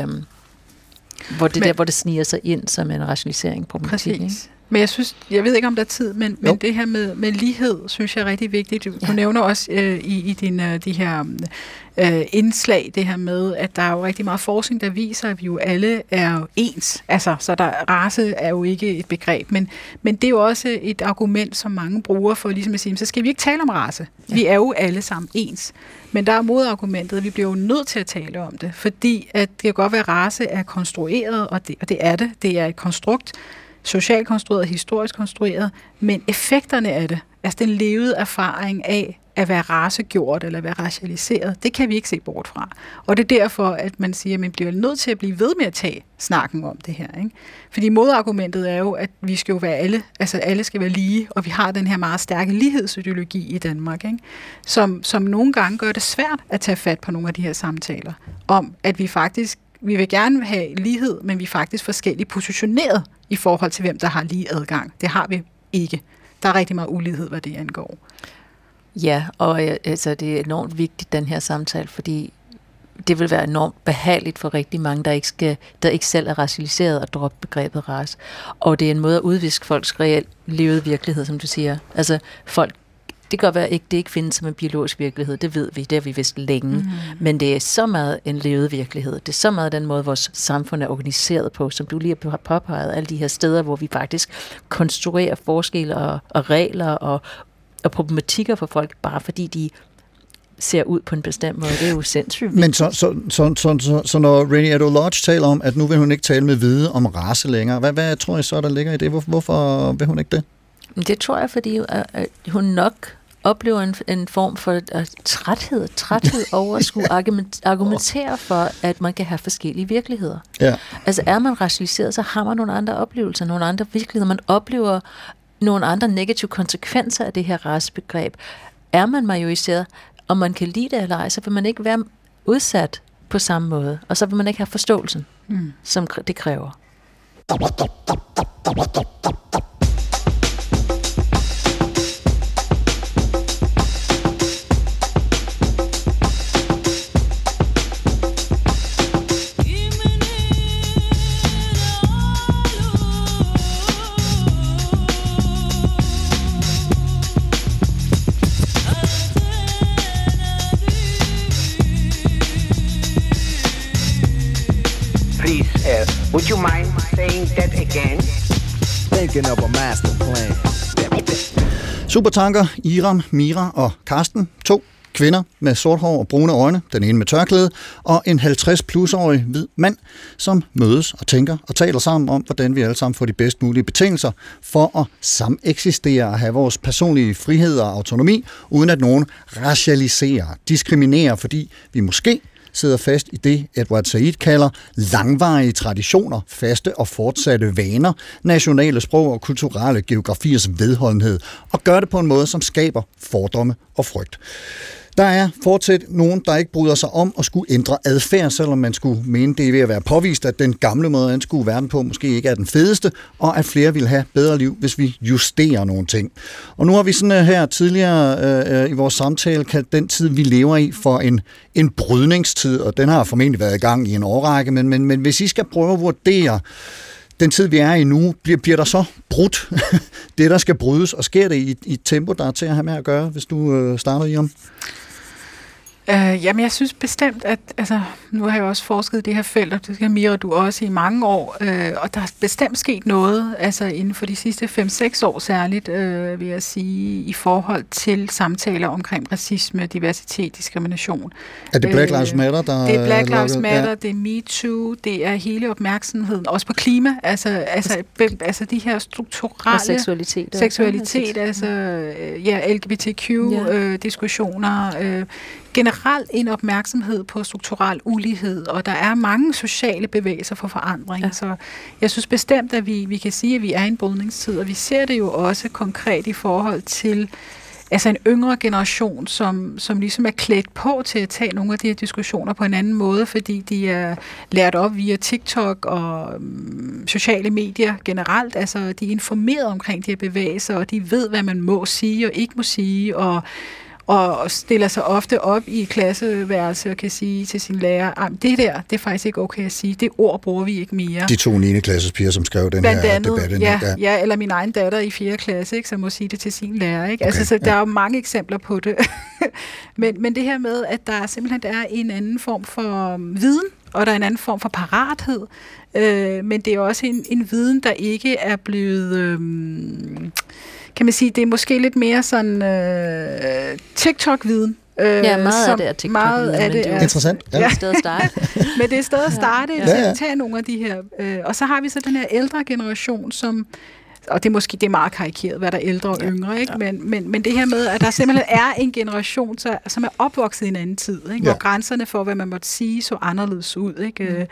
hvor det sniger sig ind som en rationalisering på politik. Men jeg ved ikke, om der er tid, men det her med lighed, synes jeg er rigtig vigtigt. Du nævner også i de her indslag, det her med, at der er jo rigtig meget forskning, der viser, at vi jo alle er ens. Altså, så race er jo ikke et begreb, men det er jo også et argument, som mange bruger for ligesom at sige, så skal vi ikke tale om race. Vi er jo alle sammen ens. Men der er modargumentet, at vi bliver jo nødt til at tale om det, fordi at det kan godt være, at race er konstrueret, og det er det. Det er et konstrukt, socialt konstrueret, historisk konstrueret, men effekterne af det, altså den levede erfaring af at være racegjort eller være racialiseret, det kan vi ikke se bort fra. Og det er derfor, at man siger, at man bliver nødt til at blive ved med at tage snakken om det her. Ikke? Fordi modargumentet er jo, at vi skal jo være alle skal være lige, og vi har den her meget stærke lighedsideologi i Danmark, ikke? Som nogle gange gør det svært at tage fat på nogle af de her samtaler, om at vi vil gerne have lighed, men vi er faktisk forskelligt positioneret i forhold til, hvem der har lige adgang. Det har vi ikke. Der er rigtig meget ulighed, hvad det angår. Ja, og det er enormt vigtigt, den her samtale, fordi det vil være enormt behageligt for rigtig mange, der ikke selv er racialiseret og droppe begrebet race. Og det er en måde at udviske folks reelt levede virkelighed, som du siger. Altså folk, det kan godt være, at det ikke findes som en biologisk virkelighed, det ved vi, det har vi vidst længe, men det er så meget en levet virkelighed. Det er så meget den måde, vores samfund er organiseret på, som du lige har påpeget, alle de her steder, hvor vi faktisk konstruerer forskelle og regler og problematikker for folk, bare fordi de ser ud på en bestemt måde. Det er jo sindssygt. Men så når Renée Eddo-Lodge taler om, at nu vil hun ikke tale med hvide om race længere, hvad tror I så, der ligger i det? Hvorfor vil hun ikke det? Det tror jeg, fordi hun nok oplever en form for træthed over at skulle argumentere for, at man kan have forskellige virkeligheder. Ja. Altså er man racialiseret, så har man nogle andre oplevelser, nogle andre virkeligheder. Man oplever nogle andre negative konsekvenser af det her racebegreb. Er man majoriseret, og man kan lide det eller ej, så vil man ikke være udsat på samme måde, og så vil man ikke have forståelsen, som det kræver. Would you mind saying that again? Thinking of a master plan. Supertanker, Iram, Mira og Karsten. 2 kvinder med sort hår og brune øjne, den ene med tørklæde, og en 50-plus-årig hvid mand, som mødes og tænker og taler sammen om, hvordan vi alle sammen får de bedst mulige betingelser for at sameksistere og have vores personlige frihed og autonomi, uden at nogen racialiserer, diskriminerer, fordi vi måske sidder fast i det, Edward Said kalder langvarige traditioner, faste og fortsatte vaner, nationale sprog og kulturelle geografiers vedholdenhed, og gør det på en måde, som skaber fordomme og frygt. Der er fortsat nogen, der ikke bryder sig om at skulle ændre adfærd, selvom man skulle mene, det er ved at være påvist, at den gamle måde at anskue verden på måske ikke er den fedeste, og at flere vil have bedre liv, hvis vi justerer nogle ting. Og nu har vi sådan her tidligere i vores samtale kaldt den tid, vi lever i, for en brydningstid, og den har formentlig været i gang i en årrække, men hvis I skal prøve at vurdere den tid, vi er i nu, bliver der så brudt det, der skal brydes, og sker det i et tempo, der er til at have med at gøre, hvis du starter, Iram? Jamen, jeg synes bestemt, at nu har jeg også forsket i det her felt, og det skal Mira, du også i mange år, og der er bestemt sket noget, inden for de sidste 5-6 år særligt, vil jeg sige, i forhold til samtaler omkring racisme, diversitet, diskrimination. Er det Black Lives Matter, der det er Black Lives Matter, det er MeToo, det er hele opmærksomheden, også på klima, altså de her strukturelle seksualitet, LGBTQ-diskussioner, generelt en opmærksomhed på strukturel ulighed, og der er mange sociale bevægelser for forandring. Ja. Så jeg synes bestemt, at vi kan sige, at vi er i en brydningstid, og vi ser det jo også konkret i forhold til en yngre generation, som ligesom er klædt på til at tage nogle af de her diskussioner på en anden måde, fordi de er lært op via TikTok og sociale medier generelt. De er informeret omkring de her bevægelser, og de ved, hvad man må sige og ikke må sige, og stiller sig ofte op i klasseværelse og kan sige til sin lærer, det der, det er faktisk ikke okay at sige, det ord bruger vi ikke mere. De 2 9. klasses piger, som skrev den blandt her andet, debat. Ja, eller min egen datter i 4. klasse, ikke, som må sige det til sin lærer. Ikke? Okay, så der er jo mange eksempler på det. men det her med, at der simpelthen er en anden form for viden, og der er en anden form for parathed, men det er også en viden, der ikke er blevet... kan man sige, det er måske lidt mere sådan TikTok-viden. Meget af det er TikTok-viden, meget af det er interessant. Ja. Det er et sted at starte. Men det er et sted at starte, at tage nogle af de her. Og så har vi så den her ældre generation, som, og det er meget karikeret, hvad der er ældre og yngre, ikke? Ja. Men det her med, at der simpelthen er en generation, som er opvokset i en anden tid, ikke? Hvor grænserne for, hvad man måtte sige, så anderledes ud, ikke?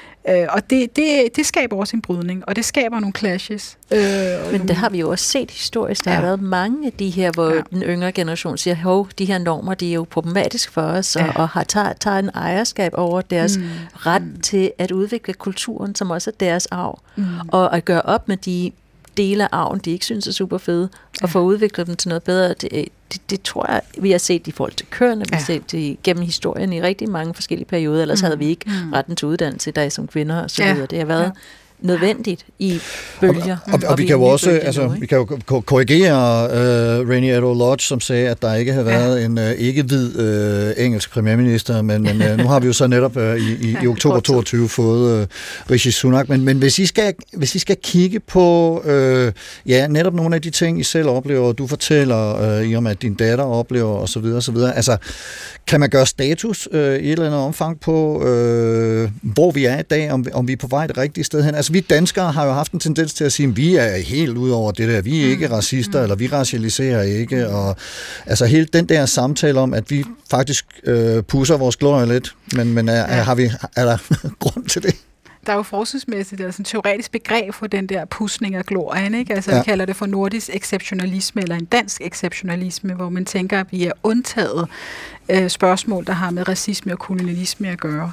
Og det skaber også en brydning, og det skaber nogle clashes. Men det har vi jo også set historisk. Der har været mange af de her, hvor den yngre generation siger, de her normer, de er jo problematiske for os, og tager en ejerskab over deres ret til at udvikle kulturen, som også er deres arv, og at gøre op med de dele af arven, de ikke synes er super fede, og få udviklet dem til noget bedre. Det tror jeg, vi har set i forhold til køerne, vi har set det gennem historien i rigtig mange forskellige perioder, ellers havde vi ikke retten til uddannelse i dag som kvinder og så videre. Det har været nødvendigt i bølger. Og vi kan jo også, vi kan jo korrigere Rainey Eddo Lodge, som sagde, at der ikke havde været en ikke-hvid engelsk premierminister, men nu har vi jo så netop i oktober 22 fået Rishi Sunak. Men hvis I skal kigge på netop nogle af de ting, I selv oplever, du fortæller i om, at din datter oplever osv. Altså, kan man gøre status i et eller andet omfang på, hvor vi er i dag, om vi er på vej det rigtige sted hen? Altså, vi danskere har jo haft en tendens til at sige, at vi er helt ud over det der, vi er ikke racister, eller vi racialiserer ikke, og altså hele den der samtale om, at vi faktisk pusser vores glorie lidt, men er der grund til det? Der er jo forskningsmæssigt et teoretisk begreb for den der pudsning af glorien, ikke? Altså, vi kalder det for nordisk exceptionalisme, eller en dansk exceptionalisme, hvor man tænker, at vi er undtaget spørgsmål, der har med racisme og kolonialisme at gøre.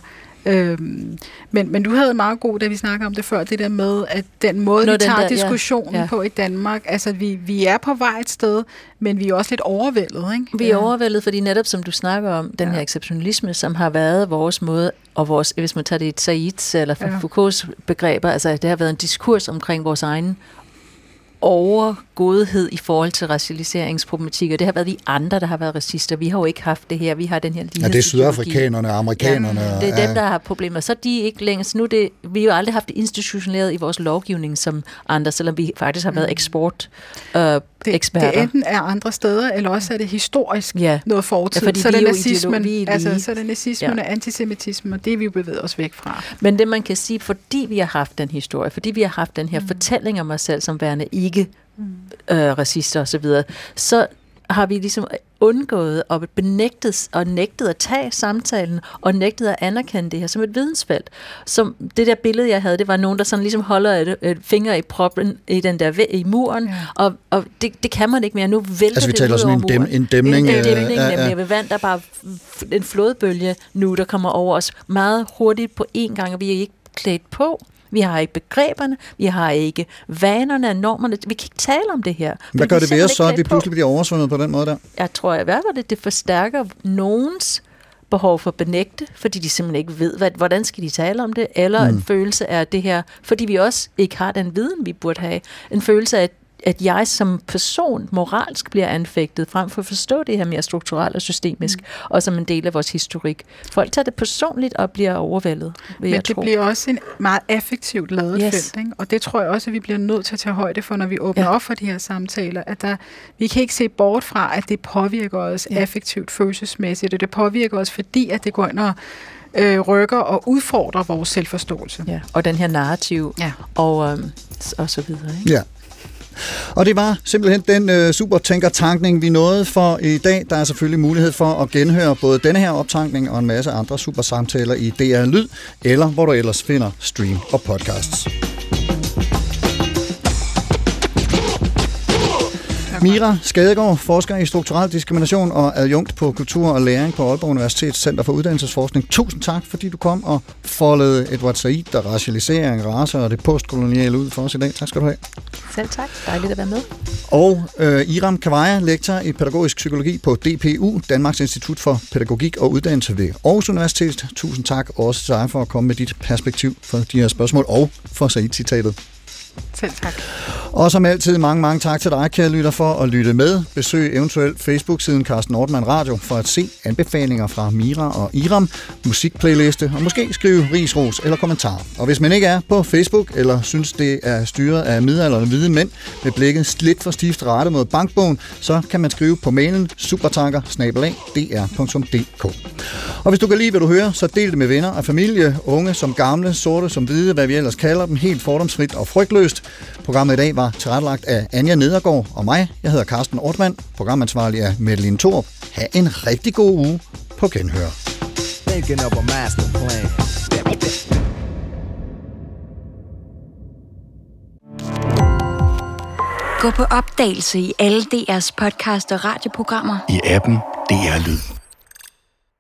Men du havde meget god, da vi snakkede om det før, det der med, at den måde, vi tager diskussionen på i Danmark, altså vi er på vej et sted, men vi er også lidt overvældet, ikke? Vi er overvældet, fordi netop som du snakker om, den her exceptionalisme, som har været vores måde, og vores, hvis man tager det i Said's eller Foucaults begreber, altså det har været en diskurs omkring vores egen overgodhed i forhold til racialiseringsproblematikker. Det har været de andre, der har været racister. Vi har jo ikke haft det her. Vi har den her lighed. Ja, det er sydafrikanerne og amerikanerne. Ja, det er dem, der har problemer. Så de ikke længere. Så nu vi har jo aldrig haft det institutioneret i vores lovgivning som andre, selvom vi faktisk har været eksperter. Det enten er andre steder, eller også er det historisk noget fortid. Ja, så er det nazismen og antisemitismen, og det er vi jo bevæget os væk fra. Men det man kan sige, fordi vi har haft den historie, fordi vi har haft den her fortælling om os selv som værende ikke racister osv., så har vi ligesom undgået og benægtet og nægtet at tage samtalen og nægtet at anerkende det her som et vidensfelt. Som det der billede, jeg havde, det var nogen, der sådan ligesom holder et finger i proppen i den der i muren, og det kan man ikke mere. Nu vælter altså, vi det taler ud over sådan en dæmning. En dæmning, nemlig ved vand, der er bare en flodbølge nu, der kommer over os meget hurtigt på én gang, og vi er ikke klædt på. Vi har ikke begreberne, vi har ikke vanerne og normerne. Vi kan ikke tale om det her. Hvad gør det ved os så, at vi pludselig bliver oversvømmet på den måde der? Jeg tror i hvert fald, at det forstærker nogens behov for at benægte, fordi de simpelthen ikke ved, hvordan skal de tale om det, eller en følelse af det her, fordi vi også ikke har den viden, vi burde have. En følelse af, at jeg som person moralsk bliver anfægtet, frem for at forstå det her mere strukturelt og systemisk, og som en del af vores historik. Folk tager det personligt og bliver overvældet, vil jeg tro. Men det bliver også en meget affektivt lavet felt, ikke? Og det tror jeg også, at vi bliver nødt til at tage højde for, når vi åbner op for de her samtaler, at vi kan ikke se bort fra, at det påvirker os affektivt, følelsesmæssigt, og det påvirker os, fordi at det går ind og rykker og udfordrer vores selvforståelse. Ja, og den her narrativ, og så videre, ikke? Ja. Og det var simpelthen den supertænker-tankning, vi nåede for i dag. Der er selvfølgelig mulighed for at genhøre både denne her optankning og en masse andre supersamtaler i DR Lyd, eller hvor du ellers finder stream og podcasts. Mira Skadegaard, forsker i strukturel diskrimination og adjunkt på kultur og læring på Aalborg Universitets Center for Uddannelsesforskning. Tusind tak, fordi du kom og foldede Edward Said og racialisering, race og det postkoloniale ud for os i dag. Tak skal du have. Selv tak. Dejligt at være med. Og Iram Kawaya, lektor i pædagogisk psykologi på DPU, Danmarks Institut for Pædagogik og Uddannelse ved Aarhus Universitet. Tusind tak også til dig for at komme med dit perspektiv for de her spørgsmål og for Said-citatet. Selv tak. Og som altid, mange tak til dig, kære lytter, for at lytte med. Besøg eventuelt Facebook-siden Carsten Ortmann Radio for at se anbefalinger fra Mira og Iram, musikplayliste og måske skrive ris, ros eller kommentar. Og hvis man ikke er på Facebook eller synes, det er styret af midaldrende hvide mænd med blikket lidt for stift rettet mod bankbogen, så kan man skrive på mailen supertanker@dr.dk. Og hvis du kan lide, hvad du hører, så del det med venner og familie, unge som gamle, sorte som hvide, hvad vi ellers kalder dem, helt fordomsfrit og frygtløst. Programmet i dag var tilrettelagt af Anja Nedergaard og mig. Jeg hedder Carsten Ortmann. Programansvarlig er Madeline Thorup. Ha' en rigtig god uge på genhør. Thinking of a master plan. Gå på opdagelse i alle DR's podcast og radioprogrammer. I appen DR Lyd.